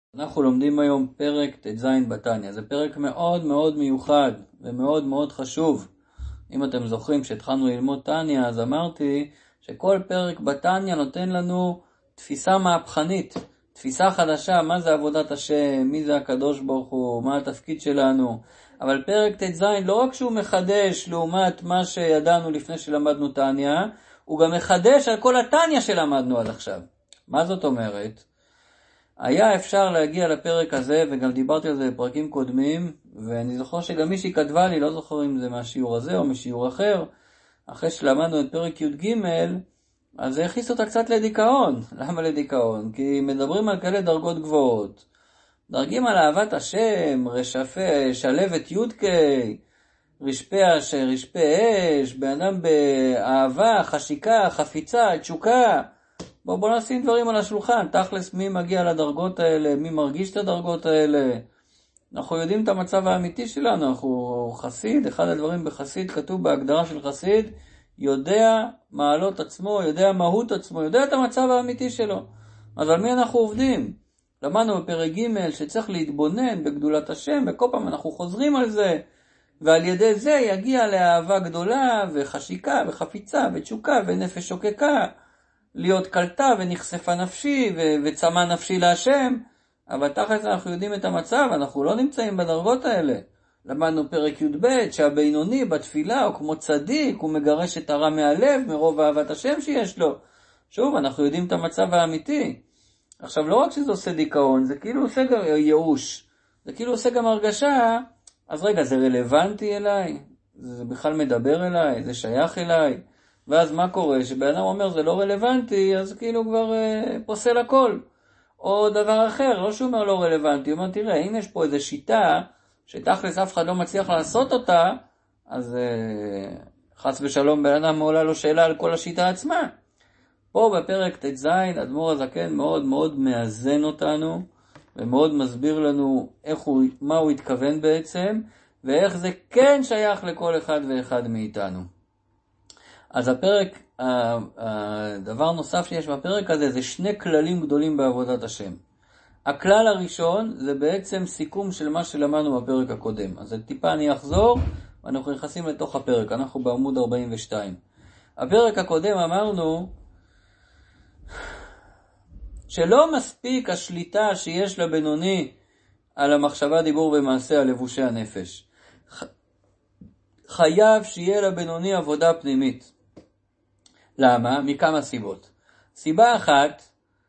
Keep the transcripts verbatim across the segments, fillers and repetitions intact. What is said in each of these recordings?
אנחנו לומדים היום פרק ט"ז בתניא. זה פרק מאוד מאוד מיוחד ומאוד מאוד חשוב. אם אתם זוכרים שהתחלנו ללמוד תניא, אז אמרתי שכל פרק בתניא נותן לנו תפיסה מהפכנית, תפיסה חדשה, מה זה עבודת השם, מי זה הקדוש ברוך הוא, מה התפקיד שלנו. אבל פרק ט"ז לא רק שהוא מחדש לעומת מה שידענו לפני שלמדנו תניא, הוא גם מחדש על כל התניא שלמדנו עד עכשיו. מה זאת אומרת? היה אפשר להגיע לפרק הזה, וגם דיברתי על זה בפרקים קודמים, ואני זוכר שגם מישהי כתבה לי, לא זוכר אם זה מהשיעור הזה או משיעור אחר, אחרי שלמדנו את פרק י"ג, אז זה הכניס אותה קצת לדיכאון. למה לדיכאון? כי מדברים על כאלה דרגות גבוהות. דרגים על אהבת השם, רשפה, שלבת יודקי, רשפה אשר, רשפה אש, באדם באהבה, חשיקה, חפיצה, תשוקה. בוא, בוא נשים דברים על השולחן, תכלס מי מגיע לדרגות האלה, מי מרגיש את הדרגות האלה. אנחנו יודעים את המצב האמיתי שלנו, אנחנו חסיד, אחד הדברים בחסיד, כתוב בהגדרה של חסיד, יודע מעלות עצמו, יודע מהות עצמו, יודע את המצב האמיתי שלו. אז על מי אנחנו עובדים? למדנו בפרק ג' שצריך להתבונן בגדולת השם, וכל פעם אנחנו חוזרים על זה, ועל ידי זה יגיע לאהבה גדולה, וחשיקה, וחפיצה, ותשוקה, ונפש שוקקה, להיות קלטה ונחשפה נפשי ו- וצמא נפשי להשם, אבל תחת אנחנו יודעים את המצב, אנחנו לא נמצאים בדרגות האלה. למדנו פרק י"ב שהבינוני בתפילה הוא כמו צדיק, הוא מגרש את הרע מהלב מרוב אהבת השם שיש לו. שוב, אנחנו יודעים את המצב האמיתי. עכשיו, לא רק שזה עושה דיכאון, זה כאילו עושה גם ייאוש, זה כאילו עושה גם הרגשה, אז רגע, זה רלוונטי אליי? זה בכלל מדבר אליי? זה שייך אליי? ואז מה קורה? שבאדם אומר זה לא רלוונטי, אז כאילו כבר אה, פוסל הכל. או דבר אחר, לא שהוא אומר לא רלוונטי, הוא אומר תראה, אם יש פה איזו שיטה שתכלס אף אחד לא מצליח לעשות אותה, אז אה, חס ושלום באדם מעולה לו שאלה על כל השיטה עצמה. פה בפרק ט"ז אדמו"ר הזקן מאוד מאוד מאזן אותנו, ומאוד מסביר לנו איך הוא, מה הוא התכוון בעצם, ואיך זה כן שייך לכל אחד ואחד מאיתנו. אז הפרק, הדבר נוסף שיש בפרק הזה, זה שני כללים גדולים בעבודת השם. הכלל הראשון זה בעצם סיכום של מה שלמדנו בפרק הקודם. אז טיפה אני אחזור, ואנחנו נכנסים לתוך הפרק. אנחנו בעמוד ארבעים ושתיים. הפרק הקודם אמרנו שלא מספיק השליטה שיש לבינוני על המחשבה, דיבור ומעשה על לבושי הנפש. חייב שיהיה לבינוני עבודה פנימית. למה? מכמה סיבות. סיבה אחת,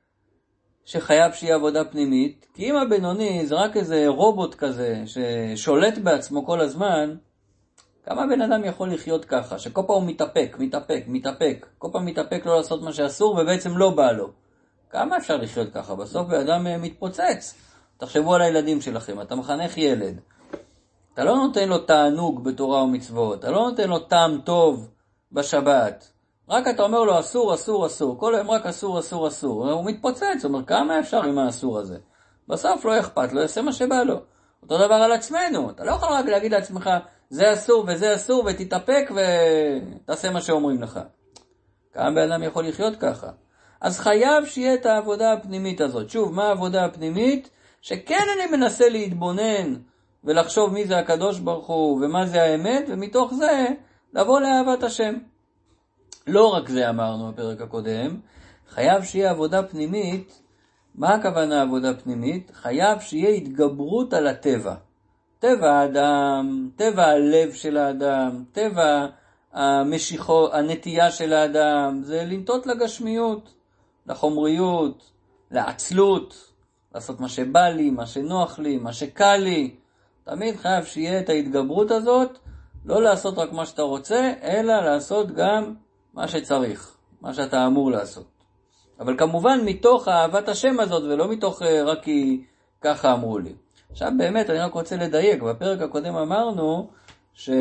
שחייב שיהיה עבודה פנימית, כי אם הבינוני זה רק איזה רובוט כזה, ששולט בעצמו כל הזמן, כמה בן אדם יכול לחיות ככה, שכל פעם הוא מתאפק, מתאפק, מתאפק, כל פעם מתאפק לא לעשות מה שאסור, ובעצם לא בא לו. כמה אפשר לחיות ככה? בסוף באדם מתפוצץ. תחשבו על הילדים שלכם, אתה מחנך ילד. אתה לא נותן לו תענוג בתורה ומצוות, אתה לא נותן לו טעם טוב בשבת. רק אתה אומר לו אסור, אסור, אסור. כל היום רק אסור, אסור, אסור. הוא מתפוצץ, הוא אומר כמה אפשר עם האסור הזה. בסוף לא אכפת לו, יעשה מה שבא לו. אותו דבר על עצמנו. אתה לא יכול רק להגיד לעצמך, זה אסור וזה אסור, ותתאפק ותעשה מה שאומרים לך. כמה באדם יכול לחיות ככה? אז חייב שיהיה את העבודה הפנימית הזאת. שוב, מה העבודה הפנימית? שכן אני מנסה להתבונן ולחשוב מי זה הקדוש ברוך הוא ומה זה האמת, ומתוך זה לבוא לאהבת השם. לא רק זה אמרנו בפרק הקודם, חייב שיהיה עבודה פנימית. מה הכוונה עבודה פנימית? חייב שיהיה התגברות על הטבע. טבע האדם, טבע הלב של האדם, טבע המשיכו, הנטייה של האדם, זה לנטות לגשמיות, לחומריות, לעצלות, לעשות מה שבא לי, מה שנוח לי, מה שקל לי. תמיד חייב שיהיה את ההתגברות הזאת, לא לעשות רק מה שאתה רוצה, אלא לעשות גם מה שצריך, מה שאתה אמור לעשות. אבל כמובן מתוך אהבת השם הזאת, ולא מתוך רק כי ככה אמרו לי. עכשיו באמת אני רק רוצה לדייק, בפרק הקודם אמרנו שגם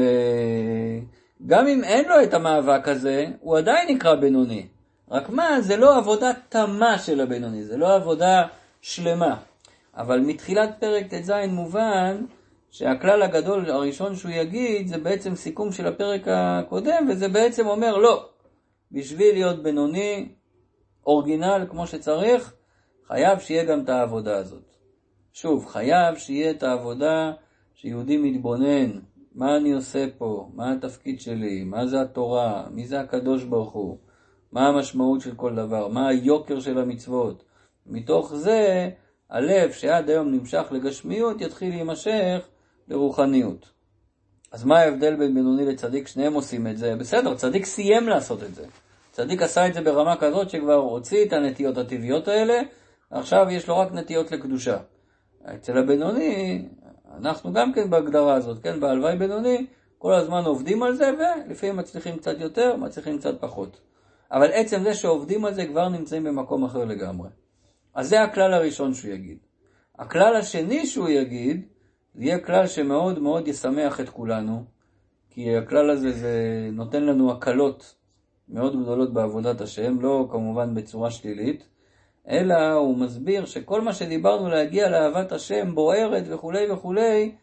אם אין לו את המאבק הזה, הוא עדיין נקרא בינוני. רק מה, זה לא עבודה תמה של הבינוני, זה לא עבודה שלמה. אבל מתחילת פרק ט"ז מובן שהכלל הגדול הראשון שהוא יגיד זה בעצם סיכום של הפרק הקודם, וזה בעצם אומר לא, בשביל להיות בינוני, אורגינל כמו שצריך, חייב שיהיה גם את העבודה הזאת. שוב, חייב שיהיה את העבודה שיהודי מתבונן. מה אני עושה פה? מה התפקיד שלי? מה זה התורה? מי זה הקדוש ברוך הוא? מה המשמעות של כל דבר? מה היוקר של המצוות? מתוך זה, הלב שעד היום נמשך לגשמיות יתחיל להימשך לרוחניות. אז מה ההבדל בין בינוני לצדיק? שניהם עושים את זה. בסדר, צדיק סיים לעשות את זה. צדיק עשה את זה ברמה כזאת שכבר הוציא את הנטיות הטבעיות האלה, עכשיו יש לו רק נטיות לקדושה. אצל הבינוני, אנחנו גם כן בהגדרה הזאת, כן, בהלוואי בינוני, כל הזמן עובדים על זה, ולפעמים מצליחים קצת יותר, מצליחים קצת פחות. אבל עצם זה שעובדים על זה כבר נמצאים במקום אחר לגמרי. אז זה הכלל הראשון שהוא יגיד. הכלל השני שהוא יגיד, זה יהיה כלל שמאוד מאוד ישמח את כולנו, כי הכלל הזה זה נותן לנו הקלות מאוד גדולות בעבודת השם, לא כמובן בצורה שלילית, אלא הוא מסביר שכל מה שדיברנו להגיע לאהבת השם בוערת וכו' וכו',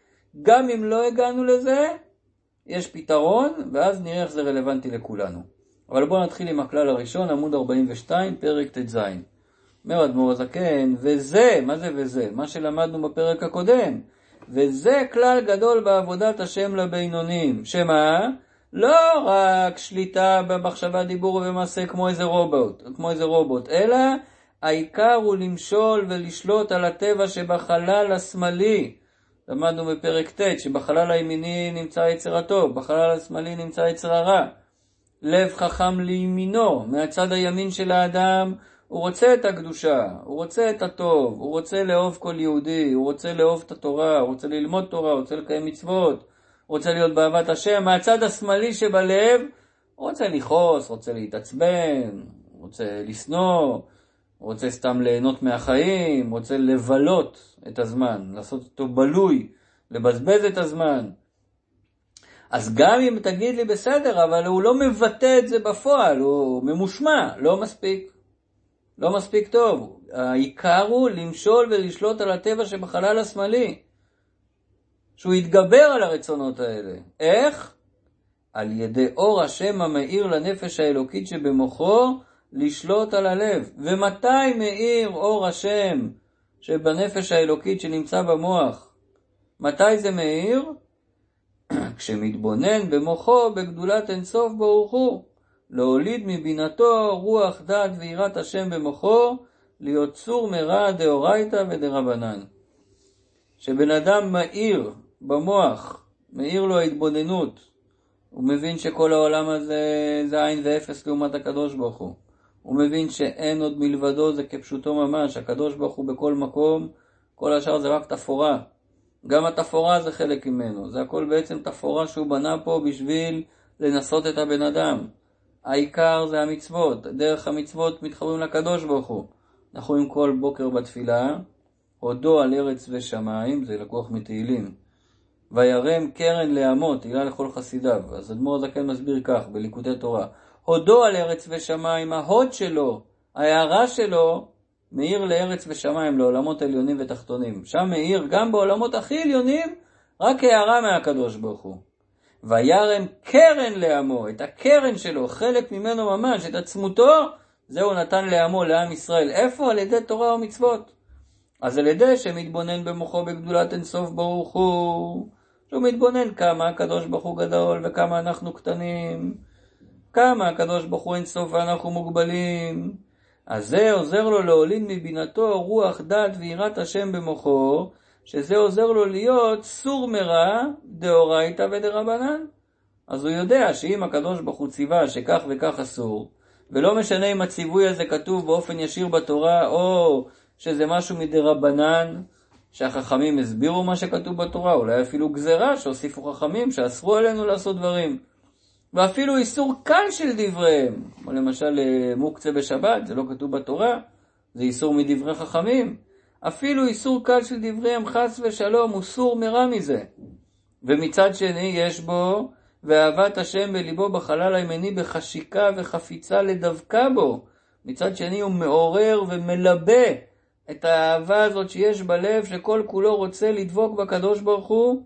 גם אם לא הגענו לזה, יש פתרון, ואז נראה איך זה רלוונטי לכולנו. אבל בואו נתחיל עם הכלל הראשון, עמוד ארבעים ושתיים, פרק ט"ז. אומר אדמו"ר הזקן, וזה, מה זה וזה? מה שלמדנו בפרק הקודם. וזה כלל גדול בעבודת השם לבינונים. שמה? לא רק שליטה במחשבה, דיבור ובמעשה כמו איזה רובוט, כמו איזה רובוט, אלא העיקר הוא למשול ולשלוט על הטבע שבחלל השמאלי. למדנו בפרק ט' שבחלל הימיני נמצא יצר הטוב, בחלל השמאלי נמצא יצר הרע. לב חכם לימינו, מהצד הימין של האדם, הוא רוצה את הקדושה, הוא רוצה את הטוב, הוא רוצה לאהוב כל יהודי, הוא רוצה לאהוב את התורה, הוא רוצה ללמוד תורה, הוא רוצה לקיים מצוות, הוא רוצה להיות באהבת השם. מהצד השמאלי שבלב, הוא רוצה לכעוס, רוצה להתעצבן, רוצה לשנוא, הוא רוצה סתם ליהנות מהחיים, רוצה לבלות את הזמן, לעשות אותו בלוי, לבזבז את הזמן. אז גם אם תגיד לי בסדר, אבל הוא לא מבטא את זה בפועל, הוא ממושמע, לא מספיק. לא מספיק טוב. העיקר הוא למשול ולשלוט על הטבע שבחלל השמאלי. שהוא יתגבר על הרצונות האלה. איך? על ידי אור השם המאיר לנפש האלוקית שבמוחו, לשלוט על הלב. ומתי מאיר אור השם שבנפש האלוקית שנמצא במוח? מתי זה מאיר? כשמתבונן במוחו בגדולת אינסוף ברוך הוא. להוליד מבינתו רוח דת ויראת השם במוחו, להיות צור מרע דאורייתא ודרבנן. שבן אדם מאיר במוח, מאיר לו ההתבוננות, הוא מבין שכל העולם הזה זה עין ואפס לעומת הקדוש ברוך הוא. הוא מבין שאין עוד מלבדו, זה כפשוטו ממש, הקדוש ברוך הוא בכל מקום, כל השאר זה רק תפורה. גם התפורה זה חלק ממנו, זה הכל בעצם תפורה שהוא בנה פה בשביל לנסות את הבן אדם. העיקר זה המצוות, דרך המצוות מתחברים לקדוש ברוך הוא. אנחנו עם כל בוקר בתפילה, הודו על ארץ ושמיים, זה לקוח מתהילים. וירם קרן לעמו, תהילה לכל חסידיו. אז אדמו"ר הזקן מסביר כך, בליקוטי תורה. הודו על ארץ ושמיים, ההוד שלו, ההערה שלו, מאיר לארץ ושמיים, לעולמות עליונים ותחתונים. שם מאיר גם בעולמות הכי עליונים, רק הערה מהקדוש ברוך הוא. וירם קרן לעמו, את הקרן שלו, חלק ממנו ממש, את עצמותו, זהו נתן לעמו, לעם ישראל. איפה? על ידי תורה ומצוות. אז על ידי שמתבונן במוחו בגדולת אינסוף ברוך הוא, שהוא מתבונן כמה הקדוש ברוך הוא גדול וכמה אנחנו קטנים, כמה הקדוש ברוך הוא אינסוף ואנחנו מוגבלים. אז זה עוזר לו להוליד מבינתו רוח דת ויראת השם במוחו, שזה עוזר לו להיות סור מרע דאורייתא ודרבנן. אז הוא יודע שאם הקדוש ברוך הוא ציווה שכך וכך אסור, ולא משנה אם הציווי הזה כתוב באופן ישיר בתורה, או שזה משהו מדרבנן, שהחכמים הסבירו מה שכתוב בתורה, אולי אפילו גזרה שהוסיפו חכמים שאסרו עלינו לעשות דברים. ואפילו איסור קל של דבריהם, כמו למשל מוקצה בשבת, זה לא כתוב בתורה, זה איסור מדברי חכמים. אפילו איסור קל של דבריהם חס ושלום הוא סור מרע מזה. ומצד שני יש בו ואהבת השם בליבו בחלל הימני בחשיקה וחפיצה לדווקא בו. מצד שני הוא מעורר ומלבה את האהבה הזאת שיש בלב שכל כולו רוצה לדבוק בקדוש ברוך הוא.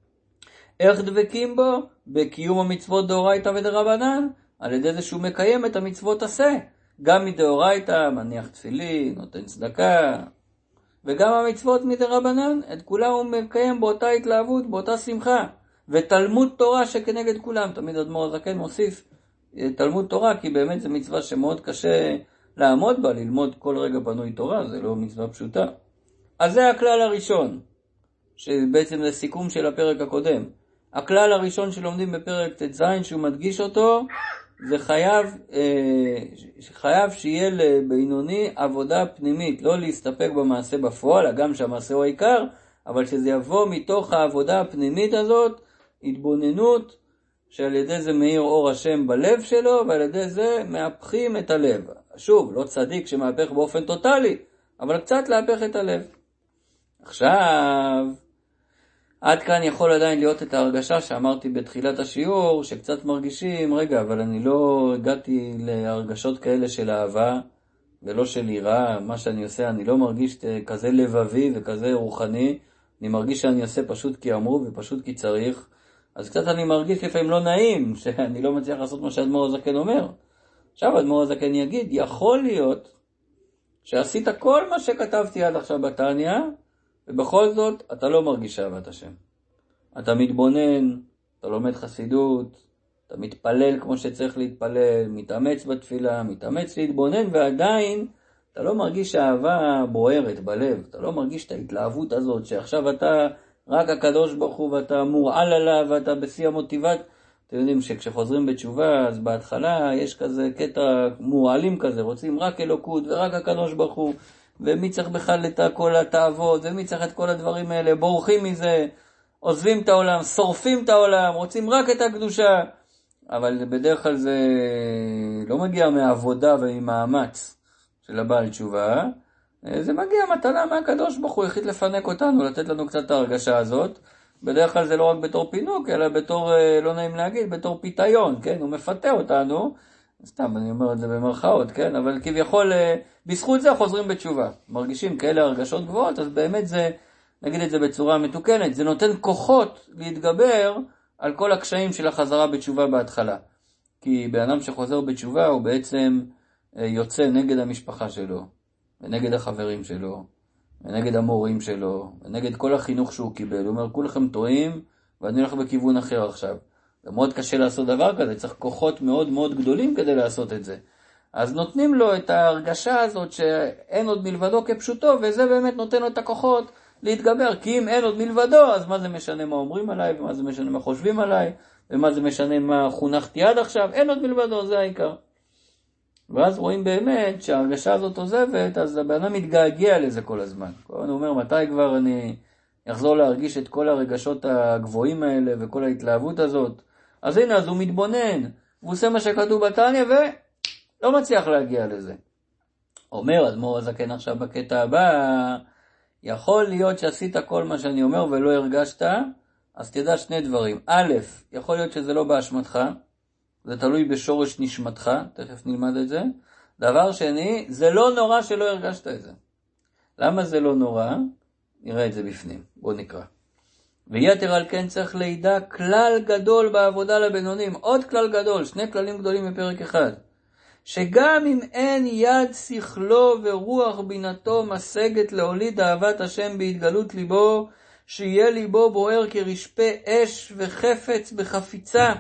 איך דבקים בו? בקיום המצוות דאורייתא ודרבנן, על ידי זה שהוא מקיים את המצוות עשה. גם מדאורייתא, מניח תפילין, נותן צדקה, וגם המצוות מדרבנן, את כולם הוא מקיים באותה התלהבות, באותה שמחה. ותלמוד תורה שכנגד כולם, תמיד אדמו"ר הזקן מוסיף תלמוד תורה, כי באמת זו מצווה שמאוד קשה לעמוד בה, ללמוד כל רגע פנוי תורה, זה לא מצווה פשוטה. אז זה הכלל הראשון, שבעצם זה סיכום של הפרק הקודם. הכלל הראשון שלומדים בפרק ט"ז, שהוא מדגיש אותו, זה חייב, אה, חייב שיהיה לבינוני עבודה פנימית, לא להסתפק במעשה בפועל, גם שהמעשה הוא העיקר, אבל שזה יבוא מתוך העבודה הפנימית הזאת, התבוננות, שעל ידי זה מאיר אור השם בלב שלו, ועל ידי זה מהפכים את הלב. שוב, לא צדיק שמהפך באופן טוטלי, אבל קצת להפך את הלב. עכשיו, עד כאן יכול עדיין להיות את ההרגשה שאמרתי בתחילת השיעור, שקצת מרגישים, רגע, אבל אני לא הגעתי להרגשות כאלה של אהבה, ולא של יראה, מה שאני עושה, אני לא מרגיש כזה לבבי וכזה רוחני, אני מרגיש שאני עושה פשוט כי אמרו ופשוט כי צריך, אז קצת אני מרגיש לפעמים לא נעים, שאני לא מצליח לעשות מה שאדמו"ר הזקן אומר. עכשיו אדמו"ר הזקן יגיד, יכול להיות שעשית כל מה שכתבתי עד עכשיו בתניא, ובכל זאת אתה לא מרגיש אהבת השם. אתה מתבונן, אתה לומד חסידות, אתה מתפלל כמו שצריך להתפלל, מתאמץ בתפילה, מתאמץ להתבונן, ועדיין אתה לא מרגיש אהבה בוערת בלב, אתה לא מרגיש את ההתלהבות הזאת, שעכשיו אתה רק הקדוש ברוך הוא ואתה מורעל עליו ואתה בשיא המוטיבט. אתם יודעים שכשחוזרים בתשובה, אז בהתחלה יש כזה קטע מורעלים כזה, רוצים רק אלוקות ורק הקדוש ברוך הוא, ומי צריך בכלל את כל התאוות, ומי צריך את כל הדברים האלה, בורחים מזה, עוזבים את העולם, שורפים את העולם, רוצים רק את הקדושה. אבל בדרך כלל זה לא מגיע מהעבודה וממאמץ של הבעל תשובה, זה מגיע מתנה מהקדוש ברוך הוא, החליט לפנק אותנו, לתת לנו קצת את ההרגשה הזאת. בדרך כלל זה לא רק בתור פינוק, אלא בתור, לא נעים להגיד, בתור פיתיון, כן? הוא מפתה אותנו, סתם אני אומר את זה במרכאות, כן? אבל כביכול, בזכות זה חוזרים בתשובה. מרגישים כאלה הרגשות גבוהות, אז באמת זה, נגיד את זה בצורה מתוקנת, זה נותן כוחות להתגבר על כל הקשיים של החזרה בתשובה בהתחלה. כי באדם שחוזר בתשובה הוא בעצם יוצא נגד המשפחה שלו, ונגד החברים שלו, ונגד המורים שלו, ונגד כל החינוך שהוא קיבל. הוא אומר, כולכם טועים, ואני הולך בכיוון אחר עכשיו. זה מאוד קשה לעשות דבר כזה, צריך כוחות מאוד מאוד גדולים כדי לעשות את זה. אז נותנים לו את ההרגשה הזאת שאין עוד מלבדו כפשוטו, וזה באמת נותן לו את הכוחות להתגבר. כי אם אין עוד מלבדו, אז מה זה משנה מה אומרים עליי, ומה זה משנה מה חושבים עליי, ומה זה משנה מה חונכתי עד עכשיו, אין עוד מלבדו, זה העיקר. ואז רואים באמת שההרגשה הזאת עוזבת, אז הבן מתגעגע לזה כל הזמן. הוא אומר, מתי כבר אני אחזור להרגיש את כל הרגשות הגבוהים האלה וכל ההתלהבות הזאת? אז הנה, אז הוא מתבונן, והוא עושה מה שכתוב בתניא ולא מצליח להגיע לזה. אומר אדמו"ר הזקן עכשיו בקטע הבא, יכול להיות שעשית כל מה שאני אומר ולא הרגשת, אז תדע שני דברים. א', יכול להיות שזה לא באשמתך, זה תלוי בשורש נשמתך, תכף נלמד את זה. דבר שני, זה לא נורא שלא הרגשת את זה. למה זה לא נורא? נראה את זה בפנים. בואו נקרא. ויתר על כן צריך לידע כלל גדול בעבודה לבינונים. עוד כלל גדול, שני כללים גדולים בפרק אחד. שגם אם אין יד שכלו ורוח בינתו משגת להוליד אהבת השם בהתגלות ליבו, שיהיה ליבו בוער כרשפה אש וחפץ בחפיצה,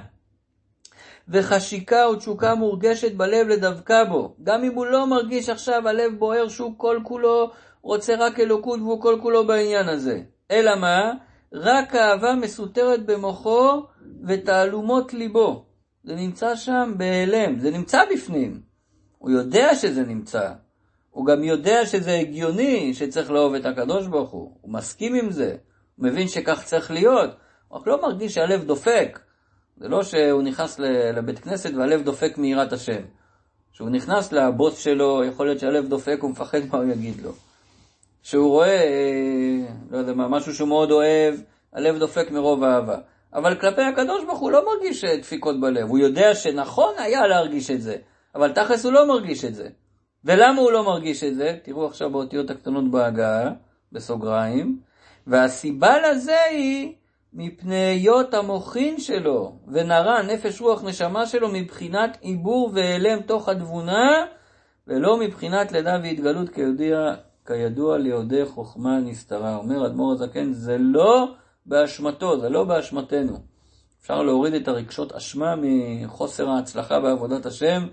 וחשיקה ותשוקה מורגשת בלב לדווקא בו. גם אם הוא לא מרגיש עכשיו הלב בוער שהוא כל כולו רוצה רק אלוקות והוא כל כולו בעניין הזה. אלא מה? רק אהבה מסותרת במוחו ותעלומות ליבו. זה נמצא שם בהיעלם, זה נמצא בפנים. הוא יודע שזה נמצא. הוא גם יודע שזה הגיוני שצריך לאהוב את הקדוש ברוך הוא. הוא מסכים עם זה. הוא מבין שכך צריך להיות. הוא רק לא מרגיש שהלב דופק. זה לא שהוא נכנס לבית כנסת והלב דופק מיראת השם. שהוא נכנס לבוס שלו, יכול להיות שהלב דופק, הוא מפחד מה הוא יגיד לו. שהוא רואה, לא יודע מה, משהו שהוא מאוד אוהב, הלב דופק מרוב אהבה. אבל כלפי הקדוש ברוך הוא לא מרגיש דפיקות בלב. הוא יודע שנכון היה להרגיש את זה, אבל תכלס הוא לא מרגיש את זה. ולמה הוא לא מרגיש את זה? תראו עכשיו באותיות הקטנות בהגעה, בסוגריים. והסיבה לזה היא מפני היות המוחין שלו, ונראה נפש רוח נשמה שלו מבחינת עיבור והלם תוך התבונה, ולא מבחינת לידה והתגלות כיודע כידוע ליודעי חוכמה נסתרה. אומר אדמו"ר הזקן, זה לא באשמתו, זה לא באשמתנו. אפשר להוריד את הרגשות אשמה מחוסר ההצלחה בעבודת השם,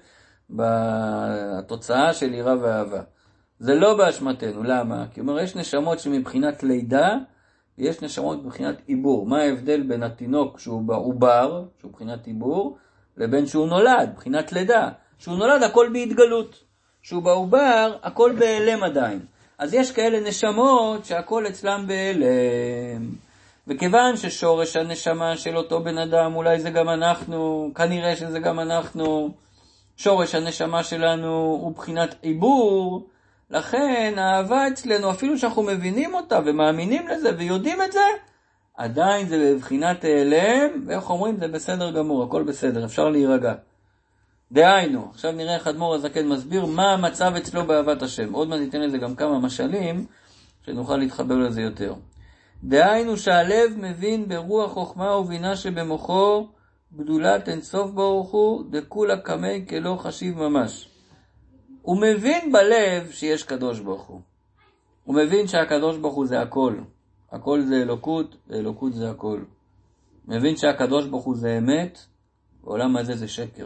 בתוצאה של יראה ואהבה. זה לא באשמתנו. למה? כי אומר, יש נשמות שמבחינת לידה, ויש נשמות מבחינת עיבור. מה ההבדל בין התינוק שהוא בעובר, שהוא מבחינת עיבור, לבין שהוא נולד, מבחינת לידה? שהוא נולד הכל בהתגלות. שהוא בעובר הכל בהיעלם עדיין. אז יש כאלה נשמות שהכל אצלם בהיעלם. וכיוון ששורש הנשמה של אותו בן אדם, אולי זה גם אנחנו, כנראה שזה גם אנחנו, שורש הנשמה שלנו הוא בחינת עיבור, לכן האהבה אצלנו, אפילו שאנחנו מבינים אותה ומאמינים לזה ויודעים את זה, עדיין זה בבחינת העלם, ואיך אומרים, זה בסדר גמור, הכל בסדר, אפשר להירגע. דהיינו, עכשיו נראה איך אדמו"ר הזקן מסביר מה המצב אצלו באהבת השם. עוד מעט ניתן לזה גם כמה משלים, שנוכל להתחבר לזה יותר. דהיינו שהלב מבין ברוח חוכמה ובינה שבמוחו, גדולת אינסוף ברוך הוא, דכולה קמי כלא חשיב ממש. הוא מבין בלב שיש קדוש ברוך הוא. הוא מבין שהקדוש ברוך הוא זה הכל. הכל זה אלוקות, ואלוקות זה הכל. הוא מבין שהקדוש ברוך הוא זה אמת, והעולם הזה זה שקר.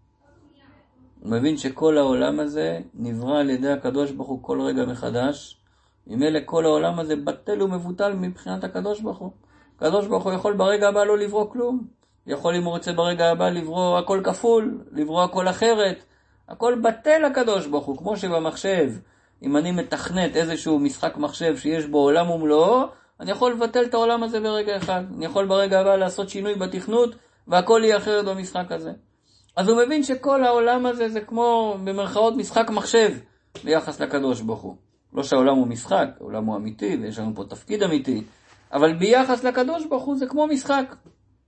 הוא מבין שכל העולם הזה נברא על ידי הקדוש ברוך הוא כל רגע מחדש. ממילא כל העולם הזה בטל ומבוטל מבחינת הקדוש ברוך הוא. הקדוש ברוך הוא יכול ברגע הבא לא לברוא כלום. יכול אם הוא רוצה ברגע הבא לברוא הכל כפול, לברוא הכל אחרת. הכל בטל הקדוש ברוך הוא. כמו שבמחשב, אם אני מתכנת איזשהו משחק מחשב שיש בו עולם ומלואו, אני יכול לבטל את העולם הזה ברגע אחד. אני יכול ברגע הבא לעשות שינוי בתכנות, והכל יהיה אחרת במשחק הזה. אז הוא מבין שכל העולם הזה זה כמו במרכאות משחק מחשב ביחס לקדוש ברוך הוא. לא שהעולם הוא משחק, העולם הוא אמיתי ויש לנו פה תפקיד אמיתי, אבל ביחס לקדוש ברוך הוא זה כמו משחק.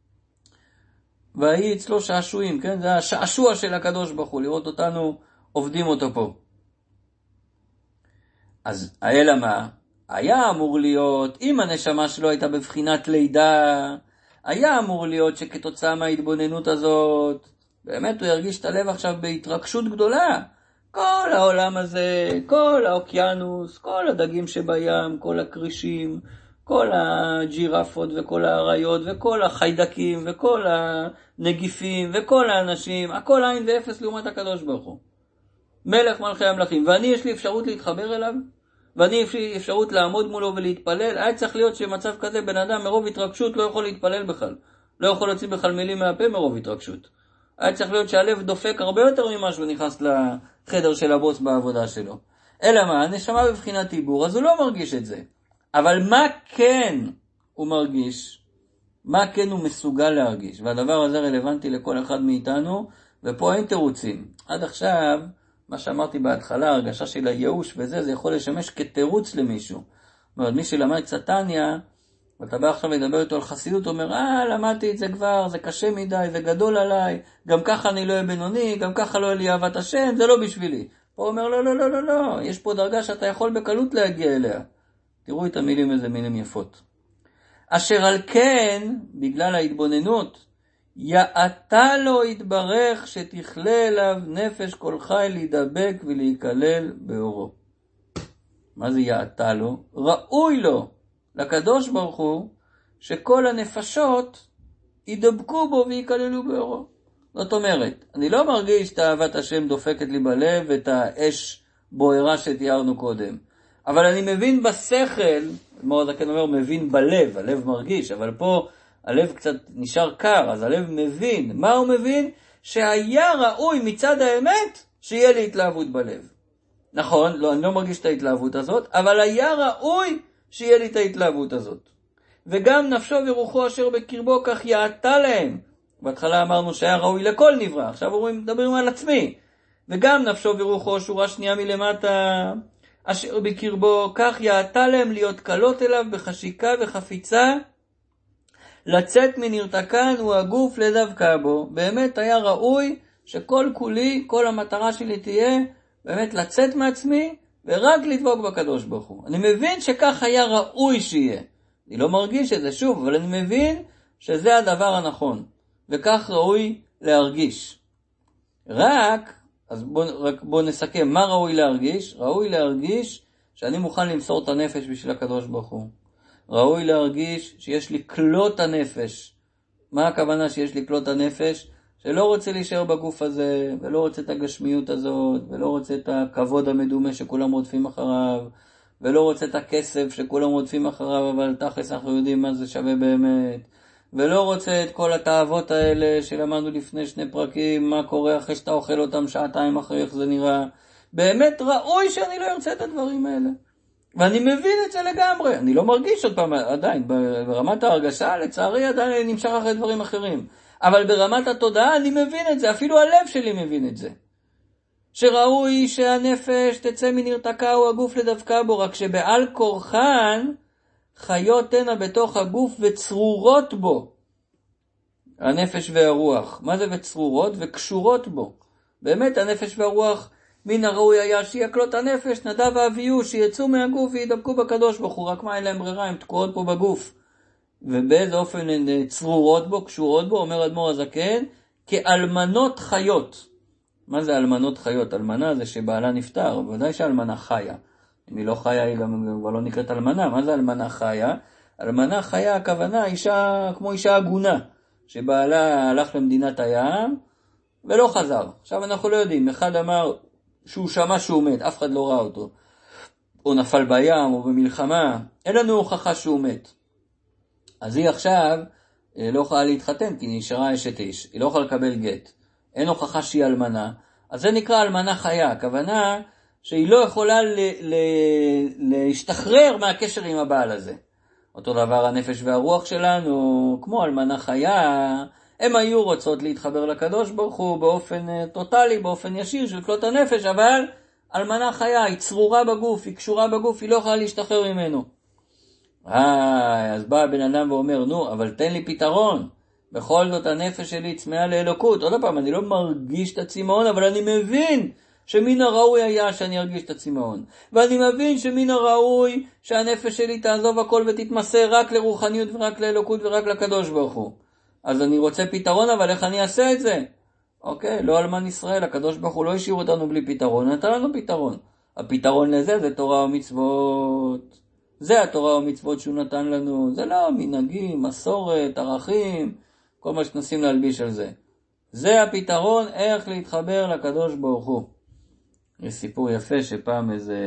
והיא אצלו שעשועים, כן? זה השעשוע של הקדוש ברוך הוא, לראות אותנו עובדים אותו פה. אז האלה מה? היה אמור להיות, אם הנשמה שלו הייתה בבחינת לידה, היה אמור להיות שכתוצאה מההתבוננות הזאת, באמת הוא ירגיש את הלב עכשיו בהתרגשות גדולה. כל העולם הזה, כל האוקיינוס, כל הדגים שבים, כל הקרישים, כל הג'ירפות וכל האריות וכל החיידקים וכל הנגיפים וכל האנשים, הכל עין ואפס לעומת הקדוש ברוך הוא. מלך מלכי המלכים. ואני יש לי אפשרות להתחבר אליו, ואני יש לי אפשרות לעמוד מולו ולהתפלל. היה צריך להיות שמצב כזה בן אדם מרוב התרגשות לא יכול להתפלל בכלל. לא יכול להוציא בכלל מילים מהפה מרוב התרגשות. היה צריך להיות שהלב דופק הרבה יותר ממה שהוא נכנס לחדר של הבוס בעבודה שלו. אלא מה? הנשמה בבחינת עיבור, אז הוא לא מרגיש את זה. אבל מה כן הוא מרגיש? מה כן הוא מסוגל להרגיש? והדבר הזה רלוונטי לכל אחד מאיתנו, ופה אין תירוצים. עד עכשיו, מה שאמרתי בהתחלה, הרגשה של הייאוש וזה, זה יכול לשמש כתירוץ למישהו. זאת אומרת, מי שלמד קצת טניה, ואתה בא עכשיו לדבר איתו על חסידות, הוא אומר, אה, למדתי את זה כבר, זה קשה מדי, זה גדול עליי, גם ככה אני לא אהיה בינוני, גם ככה לא יהיה לי אהבת השם, זה לא בשבילי. הוא אומר, לא, לא, לא, לא, לא, יש פה דרגה שאתה יכול בקלות להגיע אליה. תראו את המילים, איזה מילים יפות. אשר על כן, בגלל ההתבוננות, יעתה לו יתברך שתכלה אליו נפש כל חי להידבק ולהיכלל באורו. מה זה יעתה לו? ראוי לו, לקדוש ברוך הוא, שכל הנפשות ידבקו בו ויקללו באורו. זאת אומרת, אני לא מרגיש את אהבת השם דופקת לי בלב ואת האש בוערה שתיארנו קודם. אבל אני מבין בשכל, אדמו"ר הזקן אומר, מבין בלב, הלב מרגיש, אבל פה הלב קצת נשאר קר, אז הלב מבין. מה הוא מבין? שהיה ראוי מצד האמת שיהיה לי התלהבות בלב. נכון, לא, אני לא מרגיש את ההתלהבות הזאת, אבל היה ראוי שיהיה לי את ההתלהבות הזאת. וגם נפשו ורוחו אשר בקרבו כך יעתה להם. בהתחלה אמרנו שהיה ראוי לכל נברא, עכשיו אומרים, מדברים על עצמי. וגם נפשו ורוחו, שורה שנייה מלמטה, אשר בקרבו כך יעתה להם להיות קלות אליו בחשיקה וחפיצה, לצאת מנרתקן הוא הגוף לדווקא בו. באמת היה ראוי שכל כולי, כל המטרה שלי תהיה, באמת לצאת מעצמי, ורק לדבוק בקדוש ברוך הוא. אני מבין שכך היה ראוי שיהיה. אני לא מרגיש את זה שוב, אבל אני מבין שזה הדבר הנכון. וכך ראוי להרגיש. רק, אז בוא, רק בוא נסכם, מה ראוי להרגיש? ראוי להרגיש שאני מוכן למסור את הנפש בשביל הקדוש ברוך הוא. ראוי להרגיש שיש לי כלות הנפש. מה הכוונה שיש לי כלות הנפש? שלא רוצה להישאר בגוף הזה, ולא רוצה את הגשמיות הזאת, ולא רוצה את הכבוד המדומה שכולם רודפים אחריו, ולא רוצה את הכסף שכולם רודפים אחריו, אבל תכלס אנחנו יודעים מה זה שווה באמת, ולא רוצה את כל התאוות האלה שלמדנו לפני שני פרקים, מה קורה אחרי שאתה אוכל אותם שעתיים אחרי איך זה נראה. באמת ראוי שאני לא ארצה את הדברים האלה. ואני מבין את זה לגמרי, אני לא מרגיש עוד פעם עדיין, ברמת ההרגשה לצערי עדיין אני נמשך אחרי דברים אחרים. אבל ברמת התודעה אני מבין את זה, אפילו הלב שלי מבין את זה. שראוי שהנפש תצא מנרתקה או הגוף לדווקא בו, רק שבעל כורחן חיות תנה בתוך הגוף וצרורות בו. הנפש והרוח. מה זה וצרורות? וקשורות בו. באמת הנפש והרוח, מן הראוי היה שיקלוט הנפש, נדב ואביהו, שיצאו מהגוף וידבקו בקדוש ברוך הוא, רק מה אין להם ברירה, הם תקועות פה בגוף. ובאיזה אופן הן צרורות בו, קשורות בו, אומר אדמו"ר הזקן, כאלמנות חיות. מה זה אלמנות חיות? אלמנה זה שבעלה נפטר, ודאי שאלמנה חיה. אם היא לא חיה, היא גם לא נקראת אלמנה. מה זה אלמנה חיה? אלמנה חיה, הכוונה, אישה, כמו אישה הגונה, שבעלה הלך למדינת הים, ולא חזר. עכשיו אנחנו לא יודעים, אחד אמר שהוא שמע שהוא מת, אף אחד לא ראה אותו. או נפל בים, או במלחמה, אין לנו הוכחה שהוא מת. אז היא עכשיו לא יכולה להתחתן, כי היא נשארה אשת איש. היא לא יכולה לקבל גט. אין הוכחה שהיא אלמנה. אז זה נקרא אלמנה חיה. הכוונה שהיא לא יכולה ל- ל- להשתחרר מהקשר עם הבעל הזה. אותו דבר הנפש והרוח שלנו, כמו אלמנה חיה, הם היו רוצות להתחבר לקדוש ברוך הוא באופן טוטלי, באופן ישיר של כלות הנפש, אבל אלמנה חיה, היא צרורה בגוף, היא קשורה בגוף, היא לא יכולה להשתחרר ממנו. אה, אז בא הבן אדם ואומר, נו, אבל תן לי פתרון. בכל זאת הנפש שלי צמאה לאלוקות. עוד פעם, אני לא מרגיש את הצמאון, אבל אני מבין שמן הראוי היה שאני ארגיש את הצמאון. ואני מבין שמן הראוי שהנפש שלי תעזוב הכל ותתמסר רק לרוחניות ורק לאלוקות ורק לקדוש ברוך הוא. אז אני רוצה פתרון, אבל איך אני אעשה את זה? אוקיי, לא אלמן ישראל, הקדוש ברוך הוא לא השאיר אותנו בלי פתרון, נתן לנו פתרון. הפתרון לזה זה תורה ומצוות. זה התורה ומצוות שהוא נתן לנו. זה לא מנהגים, מסורת, ערכים, כל מה שנסים להלביש על זה. זה הפתרון איך להתחבר לקדוש ברוך הוא. יש סיפור יפה שפעם איזה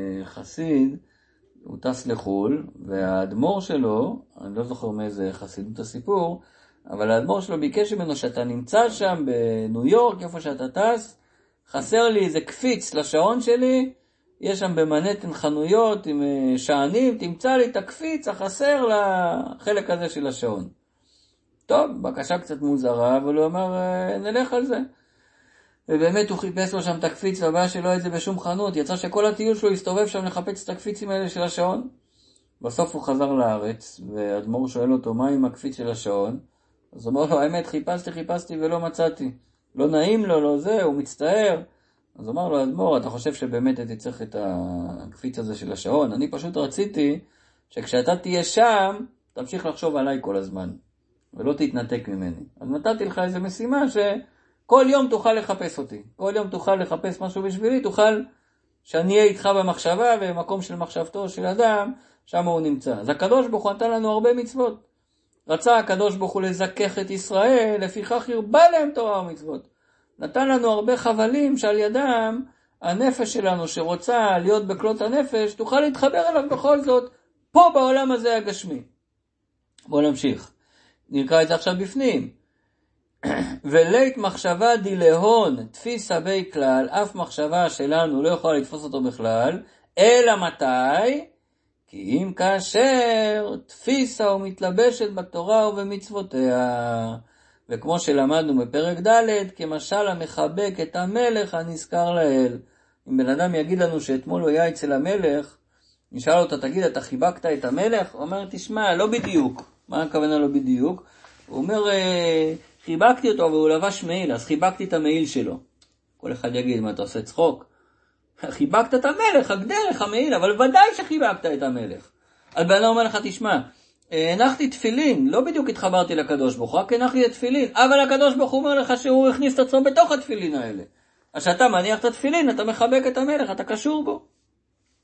חסיד, הוא טס לחול, והאדמו"ר שלו, אני לא זוכר מאיזה חסידות הסיפור, אבל האדמו"ר שלו ביקש ממנו שאתה נמצא שם בניו יורק, איפה שאתה טס, חסר לי איזה קפיץ לשעון שלי, יש שם במנהטן חנויות עם שענים, תמצא לי את הקפיץ החסר לחלק הזה של השעון. טוב, בקשה קצת מוזרה, אבל הוא אמר, נלך על זה. ובאמת הוא חיפש לו שם את הקפיץ, והבא שלא היה את זה בשום חנות, יצא שכל הטיול שלו הסתובב שם לחפץ את הקפיצים האלה של השעון. בסוף הוא חזר לארץ, והאדמו"ר שואל אותו, מה עם הקפיץ של השעון? אז הוא אומר לו, האמת, חיפשתי, חיפשתי ולא מצאתי. לא נעים לו, לא זה, הוא מצטער. אז אמר לו, האדמו"ר, אתה חושב שבאמת הייתי צריך את הקפיץ הזה של השעון? אני פשוט רציתי שכשאתה תהיה שם, תמשיך לחשוב עליי כל הזמן, ולא תתנתק ממני. אז נתתי לך איזו משימה שכל יום תוכל לחפש אותי. כל יום תוכל לחפש משהו בשבילי, תוכל שאני אהיה איתך במחשבה, ובמקום של מחשבתו של אדם, שם הוא נמצא. אז הקדוש ברוך הוא נתן לנו הרבה מצוות. רצה הקדוש ברוך הוא לזכך את ישראל, לפיכך ירבה להם תורה ומצוות. נתן לנו הרבה חבלים שעל ידם הנפש שלנו שרוצה להיות בכלות הנפש, תוכל להתחבר אליו בכל זאת, פה בעולם הזה הגשמי. בואו נמשיך. נקרא את זה עכשיו בפנים. ולית מחשבה דילהון תפיסה בי כלל, אף מחשבה שלנו לא יכולה לתפוס אותו בכלל, אלא מתי? כי אם כאשר תפיסה ומתלבשת בתורה ובמצוותיה. וכמו שלמדנו בפרק ד', כמשל המחבק את המלך הנזכר לאל. אם בן אדם יגיד לנו שאתמול הוא היה אצל המלך, נשאל אותה, תגיד, אתה חיבקת את המלך? הוא אומר, תשמע, לא בדיוק. מה הכוונה לא בדיוק? הוא אומר, חיבקתי אותו, אבל הוא לבש מעיל, אז חיבקתי את המעיל שלו. כל אחד יגיד, מה אתה עושה צחוק? חיבקת את המלך, דרך המעיל, אבל ודאי שחיבקת את המלך. אז בן אדם אומר לך, תשמע, הנחתי תפילין, לא בדיוק התחברתי לקדוש ברוך הוא, רק הנחתי את תפילין, אבל הקדוש ברוך הוא אומר לך שהוא הכניס את עצמו בתוך התפילין האלה. אז שאתה מניח את התפילין, אתה מחבק את המלך, אתה קשור בו.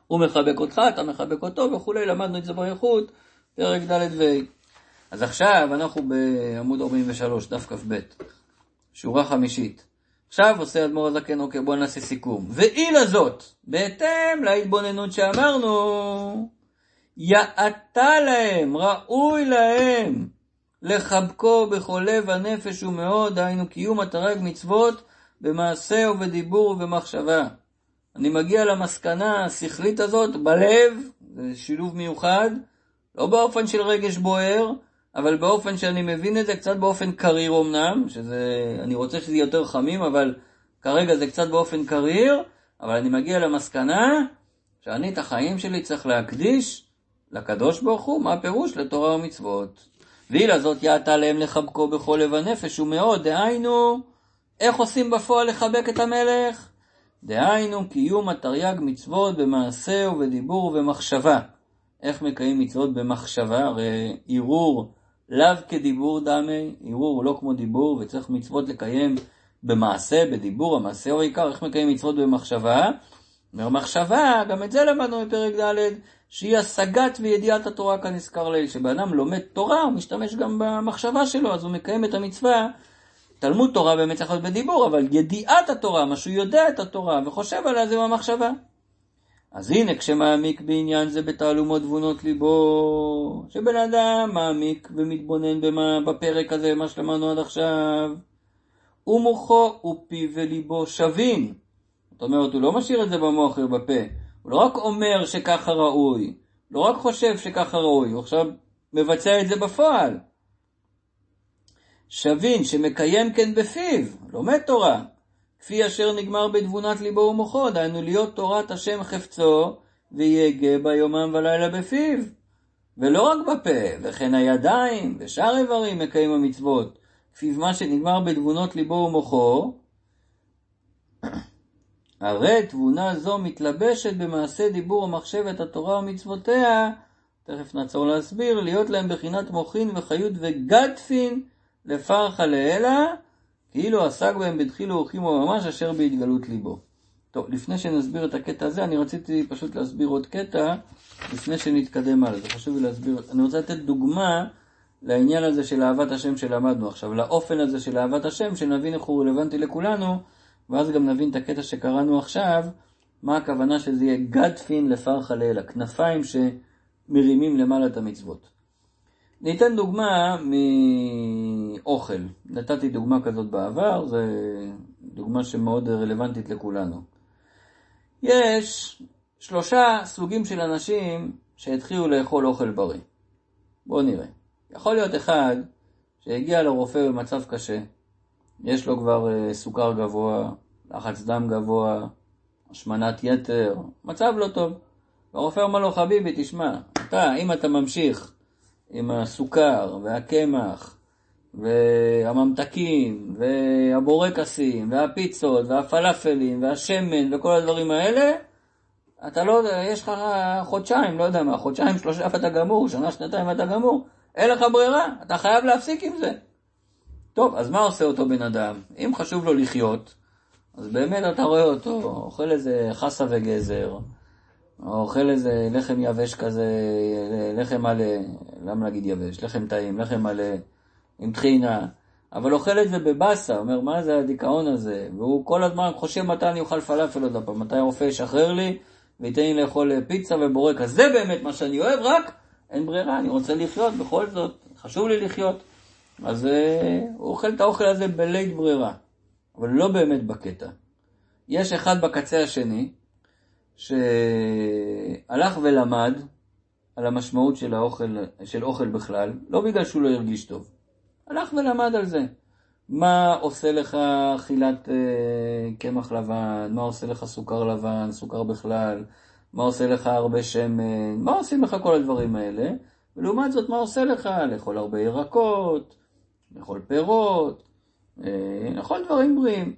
הוא מחבק אותך, אתה מחבק אותו וכולי, למדנו את זה באריכות, פרק ד' ו. אז עכשיו אנחנו בעמוד ארבעים ושלוש, דף כ"ב, שורה חמישית. עכשיו עושה אדמו"ר הזקן, אוקיי, בוא נעשה סיכום. ואי לזאת, בהתאם להתבוננות שאמרנו, יעתה להם, ראוי להם, לחבקו בכל לב הנפש ומאוד, היינו קיום התרי"ג מצוות במעשה ובדיבור ובמחשבה. אני מגיע למסקנה השכלית הזאת בלב, זה שילוב מיוחד, לא באופן של רגש בוער, אבל באופן שאני מבין את זה קצת באופן קריר אמנם, שזה, אני רוצה שזה יהיה יותר חמים, אבל כרגע זה קצת באופן קריר, אבל אני מגיע למסקנה שאני את החיים שלי צריך להקדיש לקדוש ברוך הוא, מה הפירוש? לתורה ומצוות. והיא לזאת יעתה להם לחבקו בכל לב הנפש ומאוד, דהיינו, איך עושים בפועל לחבק את המלך? דהיינו, קיום התרי"ג מצוות במעשה ובדיבור ובמחשבה. איך מקיים מצוות במחשבה? הרי עירור לאו כדיבור דמי, עירור הוא לא כמו דיבור, וצריך מצוות לקיים במעשה, בדיבור, המעשה הוא העיקר. איך מקיים מצוות במחשבה? במחשבה, גם את זה למדנו בפרק ד', שהיא השגת וידיעת התורה כנזכר לעיל. שבאדם לומד תורה, הוא משתמש גם במחשבה שלו, אז הוא מקיים את המצווה. תלמוד תורה באמת צריך להיות בדיבור, אבל ידיעת התורה, מה שהוא יודע את התורה וחושב עליה, זה במחשבה. אז הנה, כשמעמיק בעניין זה בתעלומות תבונות ליבו, שבן אדם מעמיק ומתבונן במה, בפרק הזה, מה שלמדנו עד עכשיו, ומוחו ופיו וליבו שווים. זאת אומרת, הוא לא משאיר את זה במוח ובפה, הוא לא רק אומר שככה ראוי, לא רק חושב שככה ראוי, הוא עכשיו מבצע את זה בפועל. שווין שמקיים כן בפיו, לומד תורה, כפי אשר נגמר בתבונת ליבו ומוחו, דהיינו להיות תורת השם חפצו, ויגה ביומם ולילה בפיו. ולא רק בפה, וכן הידיים ושאר איברים מקיים המצוות, כפי מה שנגמר בתבונות ליבו ומוחו, הרי תבונה זו מתלבשת במעשה דיבור ומחשבת התורה ומצוותיה, תכף נעצור להסביר, להיות להם בחינת מוחין וחיות וגדפין לפרחה לאלה, כאילו עסק בהם בדחילו ורחימו ממש אשר בהתגלות ליבו. טוב, לפני שנסביר את הקטע הזה, אני רציתי פשוט להסביר עוד קטע, לפני שנתקדם על זה. חשוב לי להסביר, אני רוצה לתת דוגמה לעניין הזה של אהבת השם שלמדנו עכשיו, לאופן הזה של אהבת השם, שנבין איך הוא רלוונטי לכולנו, ואז גם נבין את הקטע שקראנו עכשיו, מה הכוונה שזה יהיה גדפין לפרחה לאלה, כנפיים שמרימים למעלה את המצוות. ניתן דוגמה מאוכל. נתתי דוגמה כזאת בעבר, זו דוגמה שמאוד רלוונטית לכולנו. יש שלושה סוגים של אנשים שהתחילו לאכול אוכל בריא. בואו נראה. יכול להיות אחד שהגיע לרופא במצב קשה, יש לו כבר סוכר גבוה, לחץ דם גבוה, השמנת יתר, מצב לא טוב. והרופא אומר לו, חביבי, תשמע, אתה, אם אתה ממשיך עם הסוכר והקמח והממתקים והבורקסים והפיצות והפלאפלים והשמן וכל הדברים האלה, אתה לא, יש לך חודשיים, לא יודע מה, חודשיים, שלושה ואתה גמור, שנה, שנתיים ואתה גמור, אין לך ברירה, אתה חייב להפסיק עם זה. טוב, אז מה עושה אותו בן אדם? אם חשוב לו לחיות, אז באמת אתה רואה אותו, אוכל איזה חסה וגזר, אוכל איזה לחם יבש כזה, לחם מלא, למה להגיד יבש? לחם טעים, לחם מלא, עם תחינה, אבל אוכל את זה בבאסה, אומר, מה זה הדיכאון הזה? והוא כל הזמן חושב מתי אני אוכל פלאפל עוד הפעם, מתי הרופא ישחרר לי, וייתן לי לאכול פיצה ובורק, אז זה באמת מה שאני אוהב, רק אין ברירה, אני רוצה לחיות בכל זאת, חשוב לי לחיות. אז הוא אוכל את האוכל הזה בלית ברירה, אבל לא באמת בקטע. יש אחד בקצה השני, שהלך ולמד על המשמעות של האוכל, של אוכל בכלל, לא בגלל שהוא לא הרגיש טוב. הלך ולמד על זה. מה עושה לך אכילת אה, קמח לבן, מה עושה לך סוכר לבן, סוכר בכלל, מה עושה לך הרבה שמן, מה עושים לך כל הדברים האלה, ולעומת זאת מה עושה לך לאכול הרבה ירקות, לאכול פירות, אה, לאכול דברים בריאים.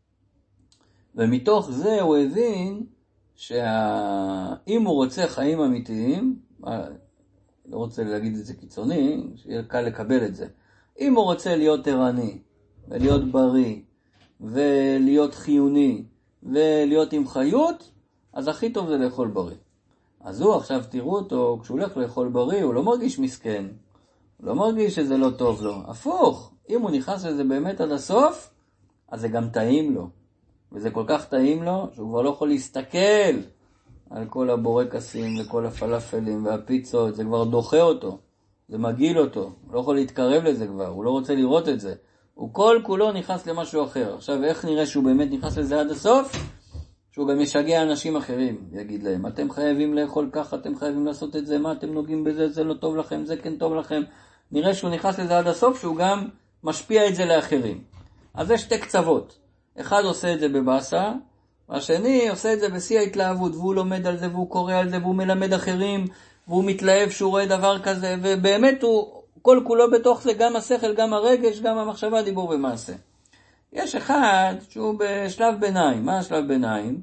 ומתוך זה הוא הבין שאם הוא רוצה חיים אמיתיים, לא רוצה להגיד את זה קיצוני, שיהיה קל לקבל את זה. אם הוא רוצה להיות ערני, ולהיות בריא, ולהיות חיוני, ולהיות עם חיות, אז הכי טוב זה לאכול בריא. אז הוא עכשיו תראו אותו, כשהוא הולך לאכול בריא, הוא לא מרגיש מסכן. הוא לא מרגיש שזה לא טוב לו. הפוך, אם הוא נכנס לזה באמת עד הסוף, אז זה גם טעים לו. וזה כל כך טעים לו, שהוא כבר לא יכול להסתכל על כל הבורקסים וכל הפלאפלים והפיצות, זה כבר דוחה אותו, זה מגיל אותו, הוא לא יכול להתקרב לזה כבר, הוא לא רוצה לראות את זה. הוא כל כולו נכנס למשהו אחר. עכשיו, איך נראה שהוא באמת נכנס לזה עד הסוף? שהוא גם ישגע אנשים אחרים, יגיד להם, אתם חייבים לאכול ככה, אתם חייבים לעשות את זה, מה אתם נוגעים בזה, זה לא טוב לכם, זה כן טוב לכם. נראה שהוא נכנס לזה עד הסוף, שהוא גם משפיע את זה לאחרים. אז יש שתי קצוות. אחד עושה את זה בבאסה, והשני עושה את זה בשיא ההתלהבות, והוא לומד על זה, והוא קורא על זה, והוא מלמד אחרים, והוא מתלהב שהוא רואה דבר כזה, ובאמת הוא כל כולו בתוך זה, גם השכל, גם הרגש, גם המחשבה, דיבור ומעשה. יש אחד שהוא בשלב ביניים. מה השלב ביניים?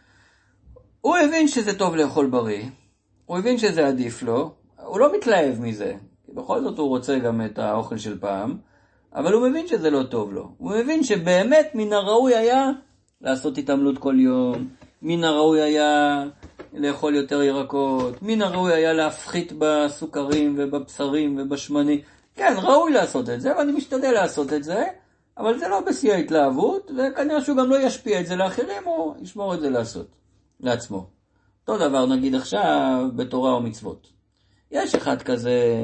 הוא הבין שזה טוב לאכול בריא, הוא הבין שזה עדיף לו, הוא לא מתלהב מזה, כי בכל זאת הוא רוצה גם את האוכל של פעם, אבל הוא מבין שזה לא טוב לו. הוא מבין שבאמת מן הראוי היה לעשות התעמלות כל יום, מן הראוי היה לאכול יותר ירקות, מן הראוי היה להפחית בסוכרים ובבשרים ובשמני. כן, ראוי לעשות את זה, ואני משתדל לעשות את זה, אבל זה לא בשיא ההתלהבות, וכנראה שהוא גם לא ישפיע את זה לאחרים, או ישמור את זה לעשות, לעצמו. אותו דבר נגיד עכשיו בתורה או מצוות. יש אחד כזה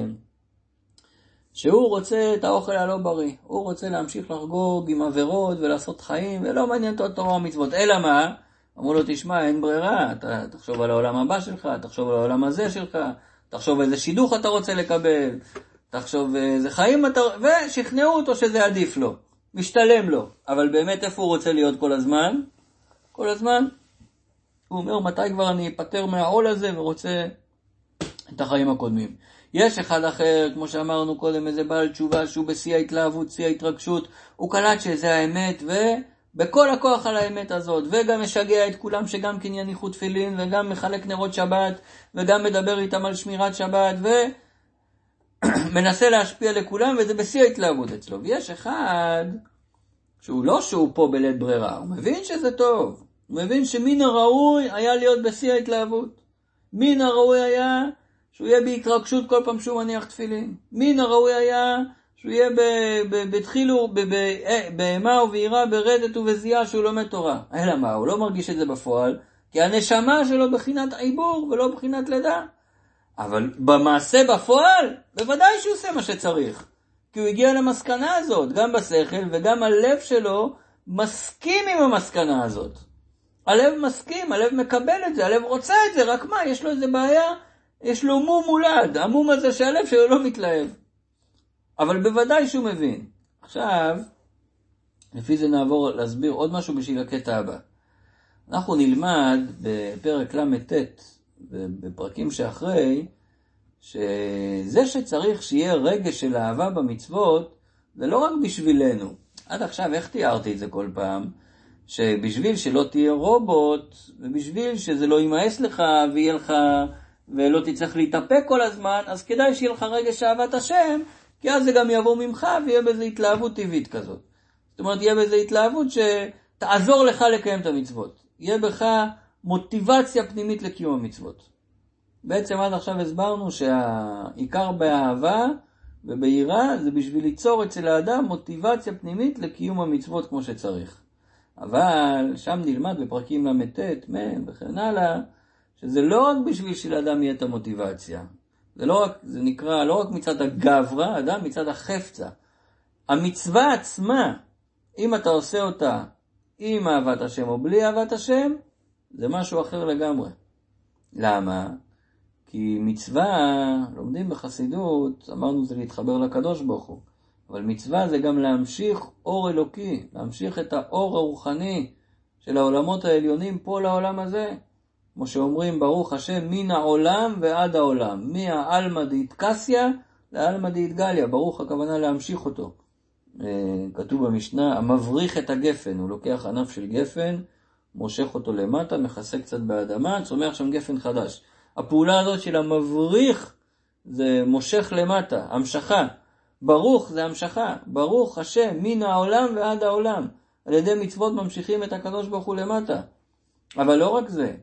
שהוא רוצה את האוכל הלא בריא, הוא רוצה להמשיך לחגוג עם עבירות ולעשות חיים, ולא מעניין אותו תורה או מצוות. אלא מה? אמרו לו, תשמע, אין ברירה, אתה תחשוב על העולם הבא שלך, תחשוב על העולם הזה שלך, תחשוב איזה שידוך אתה רוצה לקבל, תחשוב איזה חיים אתה... ושכנעו אותו שזה עדיף לו, משתלם לו. אבל באמת איפה הוא רוצה להיות כל הזמן? כל הזמן הוא אומר, מתי כבר אני אפטר מהעול הזה ורוצה את החיים הקודמים. יש אחד אחר, כמו שאמרנו קודם, איזה בעל תשובה שהוא בשיא ההתלהבות, שיא ההתרגשות, הוא קלט שזה האמת, ובכל הכוח על האמת הזאת, וגם משגע את כולם שגם כן יניחו תפילין, וגם מחלק נרות שבת, וגם מדבר איתם על שמירת שבת, ומנסה להשפיע לכולם, וזה בשיא ההתלהבות אצלו. ויש אחד שהוא לא שהוא פה בלית ברירה, הוא מבין שזה טוב, הוא מבין שמן הראוי היה להיות בשיא ההתלהבות. מן הראוי היה שהוא יהיה בהתרגשות כל פעם שהוא מניח תפילין. מן הראוי היה שהוא יהיה בתחילו, באימה וביראה, ברדת ובזיעה שהוא לומד תורה. אלא מה? הוא לא מרגיש את זה בפועל, כי הנשמה שלו בחינת עיבור ולא בחינת לידה. אבל במעשה בפועל, בוודאי שהוא עושה מה שצריך. כי הוא הגיע למסקנה הזאת, גם בשכל וגם הלב שלו מסכים עם המסקנה הזאת. הלב מסכים, הלב מקבל את זה, הלב רוצה את זה, רק מה, יש לו איזה בעיה, יש לו מום מולד, המום הזה שהלב שלו לא מתלהב. אבל בוודאי שהוא מבין. עכשיו, לפי זה נעבור להסביר עוד משהו בשביל הקטע הבא. אנחנו נלמד בפרק למ"ט, בפרקים שאחרי, שזה שצריך שיהיה רגש של אהבה במצוות, זה לא רק בשבילנו. עד עכשיו, איך תיארתי את זה כל פעם? שבשביל שלא תהיה רובוט, ובשביל שזה לא יימאס לך ויהיה לך, ולא תצטרך להתאפק כל הזמן, אז כדאי שיהיה לך רגש אהבת השם, כי אז זה גם יבוא ממך ויהיה בזה התלהבות טבעית כזאת. זאת אומרת, יהיה בזה התלהבות שתעזור לך לקיים את המצוות. יהיה בך מוטיבציה פנימית לקיום המצוות. בעצם עד עכשיו הסברנו שהעיקר באהבה וביראה זה בשביל ליצור אצל האדם מוטיבציה פנימית לקיום המצוות כמו שצריך. אבל שם נלמד בפרקים למ"ט, מ' וכן הלאה, שזה לא רק בשביל שלאדם יהיה את המוטיבציה. זה לא רק, זה נקרא לא רק מצד הגברה, אדם מצד החפצה. המצווה עצמה, אם אתה עושה אותה עם אהבת השם או בלי אהבת השם, זה משהו אחר לגמרי. למה? כי מצווה, לומדים בחסידות, אמרנו זה להתחבר לקדוש ברוך הוא. אבל מצווה זה גם להמשיך אור אלוקי, להמשיך את האור הרוחני של העולמות העליונים פה לעולם הזה. כמו שאומרים, ברוך השם, מן העולם ועד העולם. מהעלמא דאיטקסיה לעלמא דאיטגליה. ברוך הכוונה להמשיך אותו. כתוב במשנה, המבריך את הגפן. הוא לוקח ענף של גפן, מושך אותו למטה, מכסה קצת באדמה, צומח שם גפן חדש. הפעולה הזאת של המבריך זה מושך למטה, המשכה. ברוך זה המשכה, ברוך השם, מן העולם ועד העולם. על ידי מצוות ממשיכים את הקדוש ברוך הוא למטה. אבל לא רק זה,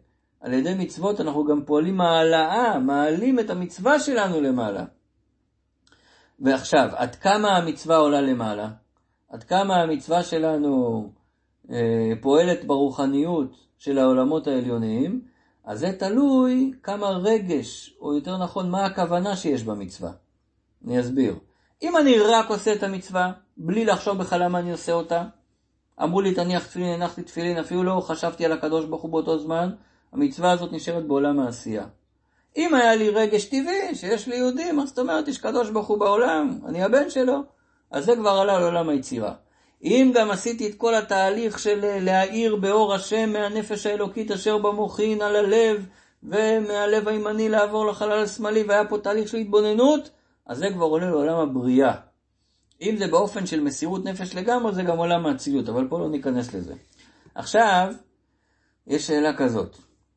על ידי מצוות אנחנו גם פועלים מעלה, מעלים את המצווה שלנו למעלה. ועכשיו, עד כמה המצווה עולה למעלה? עד כמה המצווה שלנו אה, פועלת ברוחניות של העולמות העליוניים? אז זה תלוי כמה רגש, או יותר נכון, מה הכוונה שיש במצווה. אני אסביר. אם אני רק עושה את המצווה, בלי לחשוב בכלל למה אני עושה אותה, אמרו לי תניח תפילין, הנחתי תפילין, אפילו לא חשבתי על הקדוש ברוך הוא באותו זמן, המצווה הזאת נשארת בעולם העשייה. אם היה לי רגש טבעי, שיש לי יהודים, אז זאת אומרת, יש קדוש ברוך הוא בעולם, אני הבן שלו, אז זה כבר עלה לעולם היצירה. אם גם עשיתי את כל התהליך של להאיר באור השם מהנפש האלוקית אשר במוחין על הלב, ומהלב הימני לעבור לחלל השמאלי, והיה פה תהליך של התבוננות, אז זה כבר עולה לעולם הבריאה. אם זה באופן של מסירות נפש לגמרי, זה גם עולם האצילות, אבל פה לא ניכנס לזה. עכשיו, יש שאלה כזאת.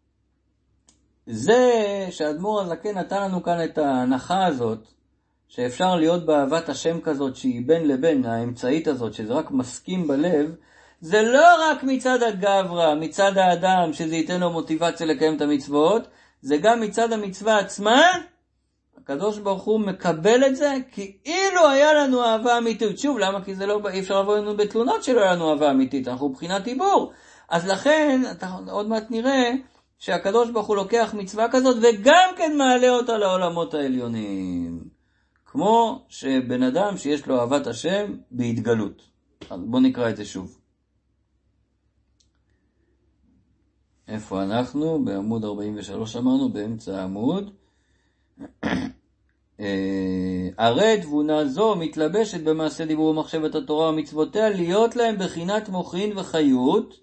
זה שהאדמו"ר הזקן נתן לנו כאן את ההנחה הזאת, שאפשר להיות באהבת השם כזאת שהיא בין לבין, האמצעית הזאת, שזה רק מסכים בלב, זה לא רק מצד הגברא, מצד האדם, שזה ייתן לו מוטיבציה לקיים את המצוות, זה גם מצד המצווה עצמה, הקדוש ברוך הוא מקבל את זה, כאילו היה לנו אהבה אמיתית. שוב, למה? כי זה לא, אי אפשר לבוא לנו בתלונות שלא היה לנו אהבה אמיתית, אנחנו מבחינת עיבור. אז לכן, אתה, עוד מעט נראה, שהקדוש ברוך הוא לוקח מצווה כזאת, וגם כן מעלה אותה לעולמות העליונים. כמו שבן אדם שיש לו אהבת השם בהתגלות. אז בוא נקרא את זה שוב. איפה אנחנו? בעמוד ארבעים ושלוש אמרנו, באמצע העמוד. הרי תבונה זו מתלבשת במעשה דיבור ומחשבת התורה ומצוותיה, להיות להם בחינת מוחין וחיות,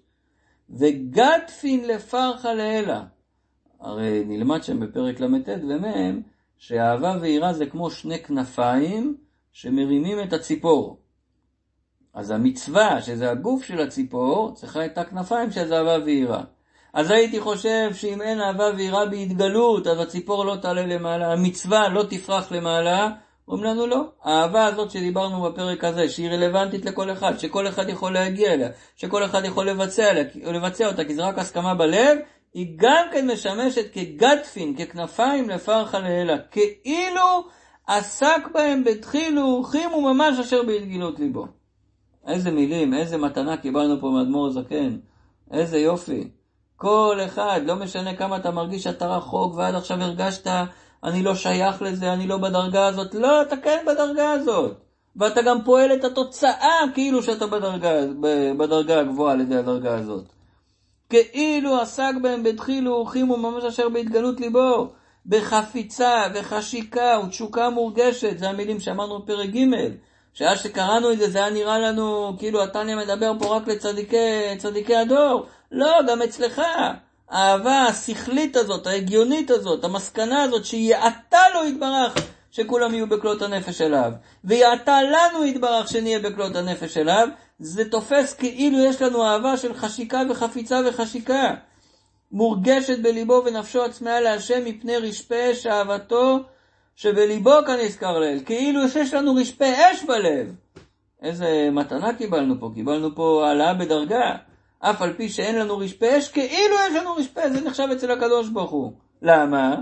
וגדפין לפרחה לאלה. הרי נלמד שם בפרק למתת ומהם, שאהבה ויראה זה כמו שני כנפיים שמרימים את הציפור. אז המצווה, שזה הגוף של הציפור, צריכה את הכנפיים שזה אהבה ויראה. אז הייתי חושב שאם אין אהבה ויראה בהתגלות, אז הציפור לא תעלה למעלה, המצווה לא תפרח למעלה. אומרים לנו לא. האהבה הזאת שדיברנו בפרק הזה, שהיא רלוונטית לכל אחד, שכל אחד יכול להגיע אליה, שכל אחד יכול לבצע, אליה, לבצע אותה, כי זה רק הסכמה בלב, היא גם כן משמשת כגדפין, ככנפיים לפרחה לאלה, כאילו עסק בהם בתחילו ורחים וממש אשר בהתגלות ליבו. איזה מילים, איזה מתנה קיבלנו פה מאדמו"ר הזקן, איזה יופי. כל אחד, לא משנה כמה אתה מרגיש שאתה רחוק, ועד עכשיו הרגשת, אני לא שייך לזה, אני לא בדרגה הזאת. לא, אתה כן בדרגה הזאת. ואתה גם פועל את התוצאה כאילו שאתה בדרגה, בדרגה הגבוהה על ידי הדרגה הזאת. כאילו עסק בהם בתחילו ורחים וממש אשר בהתגלות ליבו, בחפיצה וחשיקה ותשוקה מורגשת. זה המילים שאמרנו בפרק ג', שאז שקראנו את זה, זה היה נראה לנו כאילו התניא מדבר פה רק לצדיקי צדיקי הדור. לא, גם אצלך. האהבה השכלית הזאת, ההגיונית הזאת, המסקנה הזאת שיעתה לו יתברך שכולם יהיו בקלות הנפש אליו, ויעתה לנו יתברך שנהיה בקלות הנפש אליו, זה תופס כאילו יש לנו אהבה של חשיקה וחפיצה וחשיקה, מורגשת בליבו ונפשו עצמאה להשם מפני רשפי אש אהבתו שבליבו כאן נזכר לאל, כאילו יש לנו רשפי אש בלב. איזה מתנה קיבלנו פה, קיבלנו פה העלאה בדרגה, אף על פי שאין לנו רשפי אש, כאילו יש לנו רשפי אש, זה נחשב אצל הקדוש ברוך הוא. למה?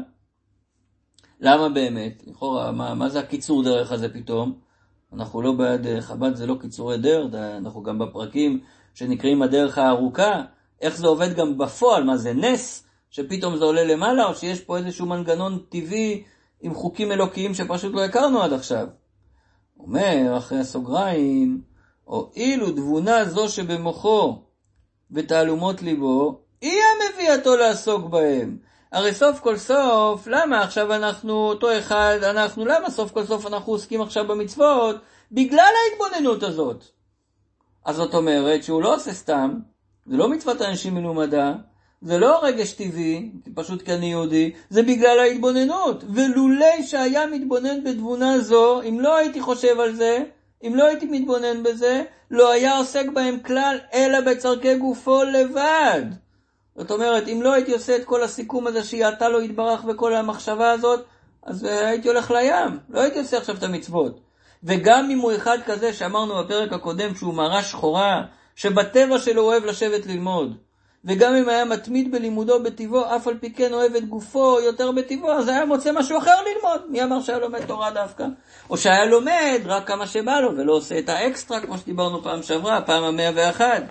למה באמת? לכאורה, מה, מה זה הקיצור דרך הזה פתאום? אנחנו לא בעד חב"ד, זה לא קיצורי דרך, אנחנו גם בפרקים שנקראים הדרך הארוכה, איך זה עובד גם בפועל, מה זה נס, שפתאום זה עולה למעלה, או שיש פה איזשהו מנגנון טבעי עם חוקים אלוקיים שפשוט לא הכרנו עד עכשיו. אומר, אחרי הסוגריים, או אילו תבונה זו שבמוחו ותעלומות ליבו, היא המביאתו לעסוק בהם. הרי סוף כל סוף, למה עכשיו אנחנו אותו אחד, אנחנו, למה סוף כל סוף אנחנו עוסקים עכשיו במצוות? בגלל ההתבוננות הזאת. אז זאת אומרת שהוא לא עושה סתם, זה לא מצוות אנשים מלומדה, זה לא רגש טבעי, פשוט כי אני יהודי, זה בגלל ההתבוננות. ולולי שהיה מתבונן בתבונה זו, אם לא הייתי חושב על זה, אם לא הייתי מתבונן בזה, לא היה עוסק בהם כלל, אלא בצרכי גופו לבד. זאת אומרת, אם לא הייתי עושה את כל הסיכום הזה שיעתה לו יתברך וכל המחשבה הזאת, אז הייתי הולך לים, לא הייתי עושה עכשיו את המצוות. וגם אם הוא אחד כזה שאמרנו בפרק הקודם שהוא מראה שחורה, שבטבע שלו אוהב לשבת ללמוד, וגם אם היה מתמיד בלימודו בטבעו, אף על פי כן אוהב את גופו יותר בטבעו, אז היה מוצא משהו אחר ללמוד. מי אמר שהיה לומד תורה דווקא? או שהיה לומד רק כמה שבא לו, ולא עושה את האקסטרה, כמו שדיברנו פעם שעברה, פעם המאה ואחת.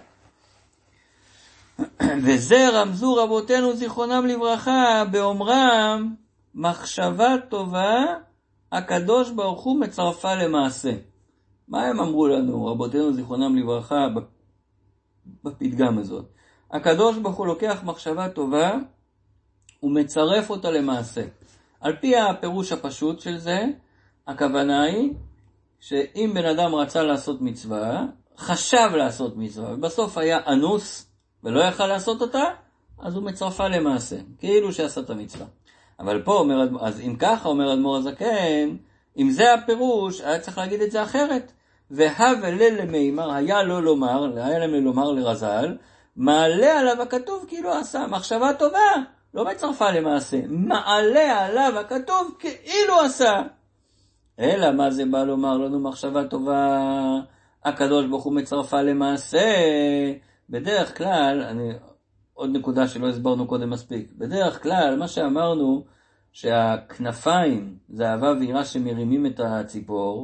וזה רמזו רבותינו זיכרונם לברכה, באומרם, מחשבה טובה, הקדוש ברוך הוא מצרפה למעשה. מה הם אמרו לנו, רבותינו זיכרונם לברכה, בפתגם הזאת? הקדוש ברוך הוא לוקח מחשבה טובה, ומצרף אותה למעשה. על פי הפירוש הפשוט של זה, הכוונה היא, שאם בן אדם רצה לעשות מצווה, חשב לעשות מצווה, ובסוף היה אנוס, ולא יכל לעשות אותה, אז הוא מצרפה למעשה, כאילו שעשה את המצווה. אבל פה אומר, אז אם ככה אומר אדמו"ר הזקן, אם זה הפירוש, היה צריך להגיד את זה אחרת. והווה למימר, היה לו לומר, היה להם לומר לרז"ל, מעלה עליו הכתוב כאילו עשה, מחשבה טובה, לא מצרפה למעשה, מעלה עליו הכתוב כאילו עשה. אלא מה זה בא לומר לנו מחשבה טובה, הקדוש ברוך הוא מצרפה למעשה. בדרך כלל, אני, עוד נקודה שלא הסברנו קודם מספיק, בדרך כלל מה שאמרנו שהכנפיים זה אהבה ויראה שמרימים את הציפור,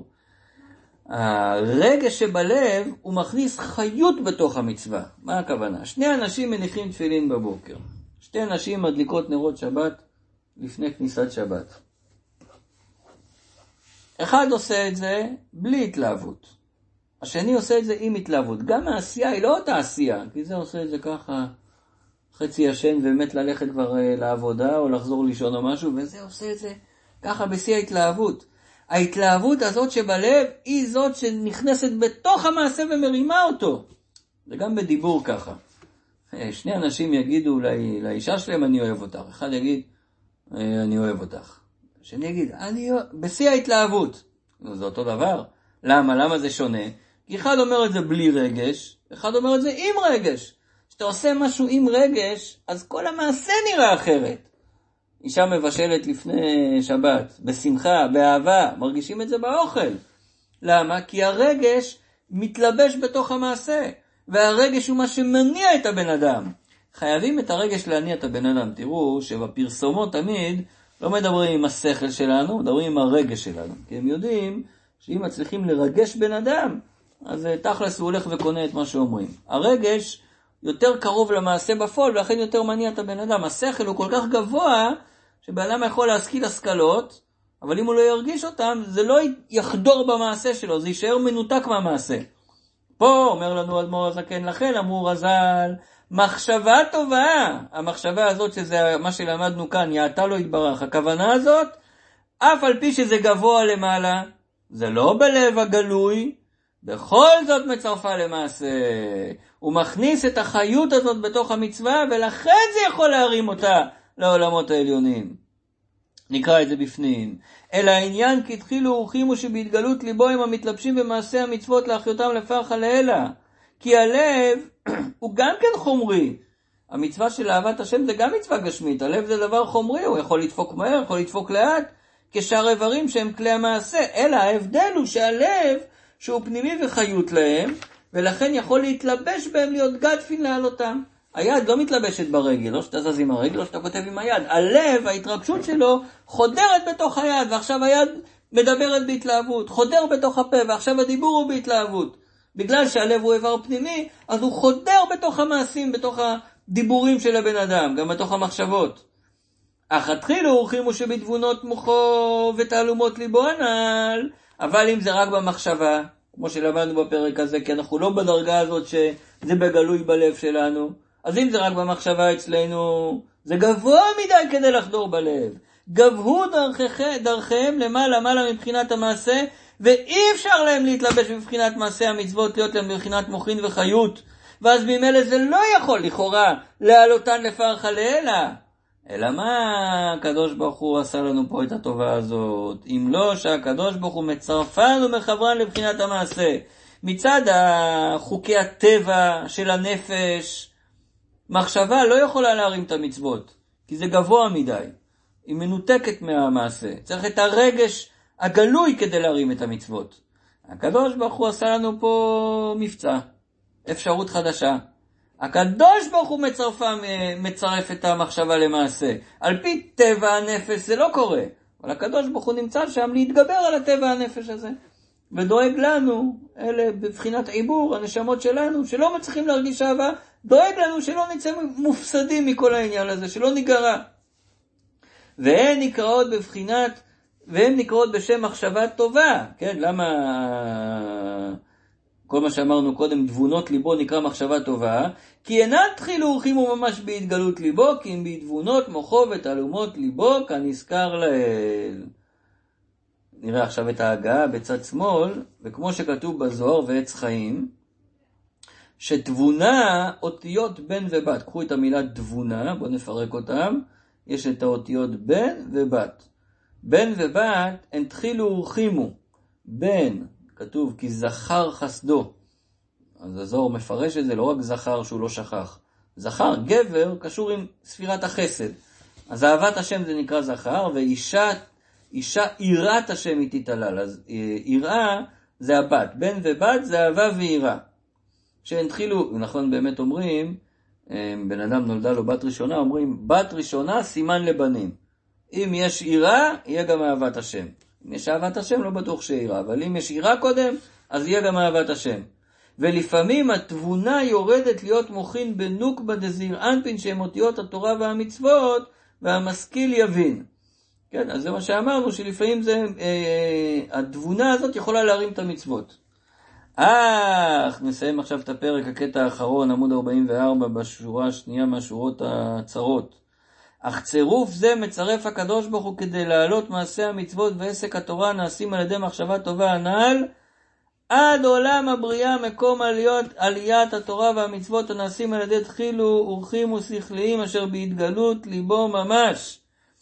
הרגש שבלב הוא מכניס חיות בתוך המצווה. מה הכוונה? שני אנשים מניחים תפילין בבוקר, שתי אנשים מדליקות נרות שבת לפני כניסת שבת. אחד עושה את זה בלי התלהבות, השני עושה את זה עם התלהבות. גם העשייה היא לא אותה עשייה, כי זה עושה את זה ככה חצי ישן ובאמת ללכת כבר לעבודה או לחזור לישון או משהו, וזה עושה את זה ככה בשיא ההתלהבות. ההתלהבות הזאת שבלב היא זאת שנכנסת בתוך המעשה ומרימה אותו. זה גם בדיבור ככה. שני אנשים יגידו לא, לאישה שלהם אני אוהב אותך. אחד יגיד אני אוהב אותך. השני יגיד אני אוהב... בשיא ההתלהבות. זה אותו דבר. למה? למה זה שונה? כי אחד אומר את זה בלי רגש, אחד אומר את זה עם רגש. כשאתה עושה משהו עם רגש, אז כל המעשה נראה אחרת. אישה מבשלת לפני שבת, בשמחה, באהבה, מרגישים את זה באוכל. למה? כי הרגש מתלבש בתוך המעשה, והרגש הוא מה שמניע את הבן אדם. חייבים את הרגש להניע את הבן אדם. תראו שבפרסומות תמיד לא מדברים עם השכל שלנו, מדברים עם הרגש שלנו. כי הם יודעים שאם מצליחים לרגש בן אדם, אז תכלס הוא הולך וקונה את מה שאומרים. הרגש יותר קרוב למעשה בפועל, ולכן יותר מניע את הבן אדם. השכל הוא כל כך גבוה, שבן אדם יכול להשכיל השכלות, אבל אם הוא לא ירגיש אותם, זה לא יחדור במעשה שלו, זה יישאר מנותק מהמעשה. פה אומר לנו אדמו"ר הזקן, לכן אמרו רז"ל, מחשבה טובה, המחשבה הזאת שזה מה שלמדנו כאן, יעתה לו יתברך, הכוונה הזאת, אף על פי שזה גבוה למעלה, זה לא בלב הגלוי, בכל זאת מצרפה למעשה. הוא מכניס את החיות הזאת בתוך המצווה, ולכן זה יכול להרים אותה לעולמות העליונים. נקרא את זה בפנים. אלא העניין כי התחילו אורחים שבהתגלות ליבו עם המתלבשים במעשה המצוות להחיותם לפרחה לאלה. כי הלב הוא גם כן חומרי. המצווה של אהבת השם זה גם מצווה גשמית. הלב זה דבר חומרי, הוא יכול לדפוק מהר, יכול לדפוק לאט, כשאר איברים שהם כלי המעשה. אלא ההבדל הוא שהלב שהוא פנימי וחיות להם, ולכן יכול להתלבש בהם להיות גדפין להעלותם. היד לא מתלבשת ברגל, לא שאתה זז עם הרגל, לא שאתה כותב עם היד. הלב, ההתרגשות שלו, חודרת בתוך היד, ועכשיו היד מדברת בהתלהבות. חודר בתוך הפה, ועכשיו הדיבור הוא בהתלהבות. בגלל שהלב הוא איבר פנימי, אז הוא חודר בתוך המעשים, בתוך הדיבורים של הבן אדם, גם בתוך המחשבות. אך התחילו אורחים שבתבונות מוחו ותעלומות ליבו הנ"ל, אבל אם זה רק במחשבה, כמו שלמדנו בפרק הזה, כי אנחנו לא בדרגה הזאת שזה בגלוי בלב שלנו, אז אם זה רק במחשבה אצלנו, זה גבוה מדי כדי לחדור בלב. גבהו דרכיהם למעלה מעלה מבחינת המעשה, ואי אפשר להם להתלבש מבחינת מעשה המצוות, להיות להם מבחינת מוחין וחיות, ואז במילא זה לא יכול לכאורה להעלותן לפרחה לאלה. אלא מה הקדוש ברוך הוא עשה לנו פה את הטובה הזאת? אם לא שהקדוש ברוך הוא מצרפן ומחברן לבחינת המעשה. מצד חוקי הטבע של הנפש, מחשבה לא יכולה להרים את המצוות, כי זה גבוה מדי. היא מנותקת מהמעשה. צריך את הרגש הגלוי כדי להרים את המצוות. הקדוש ברוך הוא עשה לנו פה מבצע, אפשרות חדשה. הקדוש ברוך הוא מצרף, מצרף את המחשבה למעשה. על פי טבע הנפש זה לא קורה, אבל הקדוש ברוך הוא נמצא שם להתגבר על הטבע הנפש הזה. ודואג לנו, אלה בבחינת עיבור, הנשמות שלנו, שלא מצליחים להרגיש אהבה, דואג לנו שלא נצא מופסדים מכל העניין הזה, שלא ניגרע. והן נקראות בבחינת, והן נקראות בשם מחשבה טובה. כן, למה כל מה שאמרנו קודם, תבונות ליבו נקרא מחשבה טובה? כי אינן תחילו ורחימו ממש בהתגלות ליבו, כי אם בתבונות מוחו ותעלומות ליבו, כנזכר לאל. נראה עכשיו את ההגעה בצד שמאל, וכמו שכתוב בזוהר ועץ חיים, שתבונה אותיות בן ובת. קחו את המילה תבונה, בואו נפרק אותם. יש את האותיות בן ובת. בן ובת הן תחילו ורחימו. בן, כתוב כי זכר חסדו. אז הזוהר מפרש את זה, לא רק זכר שהוא לא שכח. זכר, גבר, קשור עם ספירת החסד. אז אהבת השם זה נקרא זכר, ואישה, אישה יראת השם היא תתעלל. אז יראה זה הבת. בן ובת זה אהבה ויראה. שהן תחילו, נכון באמת אומרים, בן אדם נולדה לו בת ראשונה, אומרים בת ראשונה סימן לבנים. אם יש יראה, יהיה גם אהבת השם. אם יש אהבת השם, לא בטוח שיראה, אבל אם יש יראה קודם, אז יהיה גם אהבת השם. ולפעמים התבונה יורדת להיות מוכין בנוקבה דזיר אנפין, שהם אותיות התורה והמצוות, והמשכיל יבין. כן, אז זה מה שאמרנו, שלפעמים זה, אה, התבונה הזאת יכולה להרים את המצוות. אך, נסיים עכשיו את הפרק, הקטע האחרון, עמוד ארבעים וארבע, בשורה השנייה מהשורות הצרות. אך צירוף זה מצרף הקדוש ברוך הוא כדי להעלות מעשה המצוות ועסק התורה נעשים על ידי מחשבה טובה הנ"ל, עד עולם הבריאה מקום עליות, עליית התורה והמצוות הנעשים על ידי תחילו ורחים ושכליים אשר בהתגלות ליבו ממש.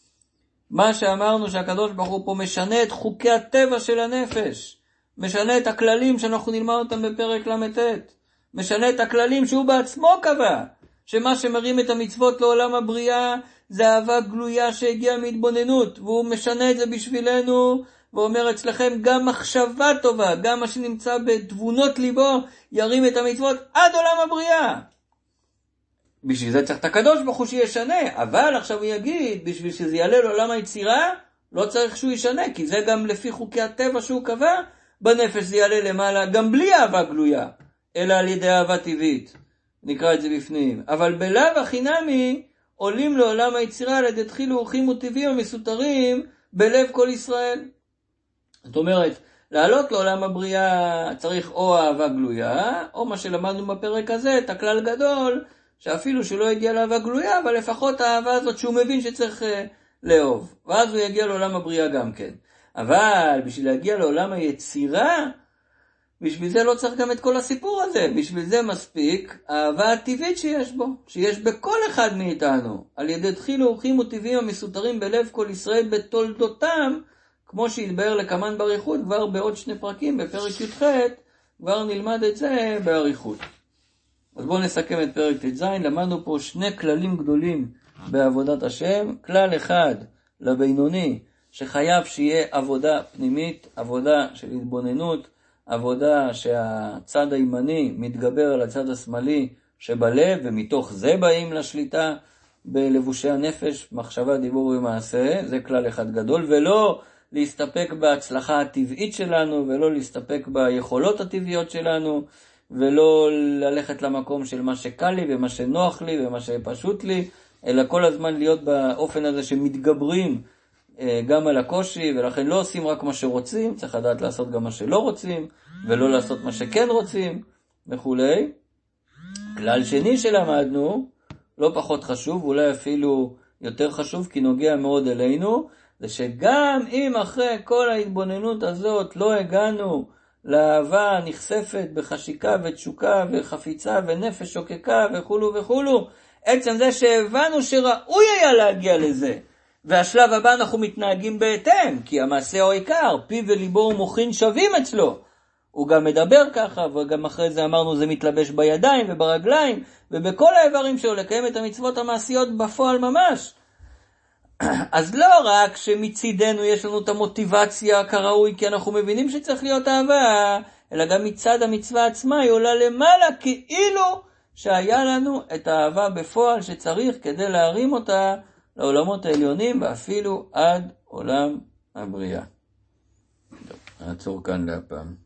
מה שאמרנו שהקדוש ברוך הוא פה משנה את חוקי הטבע של הנפש, משנה את הכללים שאנחנו נלמד אותם בפרק למ"ט, משנה את הכללים שהוא בעצמו קבע, שמה שמרים את המצוות לעולם הבריאה זה אהבה גלויה שהגיעה מהתבוננות, והוא משנה את זה בשבילנו, ואומר אצלכם גם מחשבה טובה, גם מה שנמצא בתבונות ליבו, ירים את המצוות עד עולם הבריאה. בשביל זה צריך את הקדוש ברוך הוא שישנה, אבל עכשיו הוא יגיד, בשביל שזה יעלה לעולם היצירה, לא צריך שהוא ישנה, כי זה גם לפי חוקי הטבע שהוא קבע, בנפש זה יעלה למעלה, גם בלי אהבה גלויה, אלא על ידי אהבה טבעית. נקרא את זה בפנים. אבל בלאו הכי נמי, עולים לעולם היצירה על ידי תחילו ורחים וטבעיים המסותרים בלב כל ישראל. זאת אומרת, לעלות לעולם הבריאה צריך או אהבה גלויה, או מה שלמדנו בפרק הזה, את הכלל גדול, שאפילו שלא יגיע לאהבה גלויה, אבל לפחות האהבה הזאת שהוא מבין שצריך uh, לאהוב. ואז הוא יגיע לעולם הבריאה גם כן. אבל בשביל להגיע לעולם היצירה, בשביל זה לא צריך גם את כל הסיפור הזה. בשביל זה מספיק האהבה הטבעית שיש בו, שיש בכל אחד מאיתנו, על ידי תחילו ורחים וטבעיים המסותרים בלב כל ישראל בתולדותם, כמו שהתבאר לקמן באריכות, כבר בעוד שני פרקים, בפרק י"ח, כבר נלמד את זה באריכות. אז בואו נסכם את פרק ט"ז. למדנו פה שני כללים גדולים בעבודת השם. כלל אחד לבינוני, שחייב שיהיה עבודה פנימית, עבודה של התבוננות, עבודה שהצד הימני מתגבר על הצד השמאלי שבלב, ומתוך זה באים לשליטה בלבושי הנפש, מחשבה, דיבור ומעשה. זה כלל אחד גדול, ולא להסתפק בהצלחה הטבעית שלנו, ולא להסתפק ביכולות הטבעיות שלנו, ולא ללכת למקום של מה שקל לי ומה שנוח לי ומה שפשוט לי, אלא כל הזמן להיות באופן הזה שמתגברים גם על הקושי, ולכן לא עושים רק מה שרוצים, צריך לדעת לעשות גם מה שלא רוצים, ולא לעשות מה שכן רוצים, וכו'. כלל שני שלמדנו, לא פחות חשוב, אולי אפילו יותר חשוב, כי נוגע מאוד אלינו, זה שגם אם אחרי כל ההתבוננות הזאת לא הגענו לאהבה נחשפת בחשיקה ותשוקה וחפיצה ונפש שוקקה וכולו וכולו, עצם זה שהבנו שראוי היה להגיע לזה, והשלב הבא אנחנו מתנהגים בהתאם, כי המעשה הוא עיקר, פיו וליבו ומוחין שווים אצלו. הוא גם מדבר ככה, וגם אחרי זה אמרנו זה מתלבש בידיים וברגליים, ובכל האיברים שלו לקיים את המצוות המעשיות בפועל ממש. אז לא רק שמצידנו יש לנו את המוטיבציה כראוי, כי אנחנו מבינים שצריך להיות אהבה, אלא גם מצד המצווה עצמה היא עולה למעלה, כאילו שהיה לנו את האהבה בפועל שצריך כדי להרים אותה לעולמות העליונים ואפילו עד עולם הבריאה. טוב, נעצור כאן להפעם.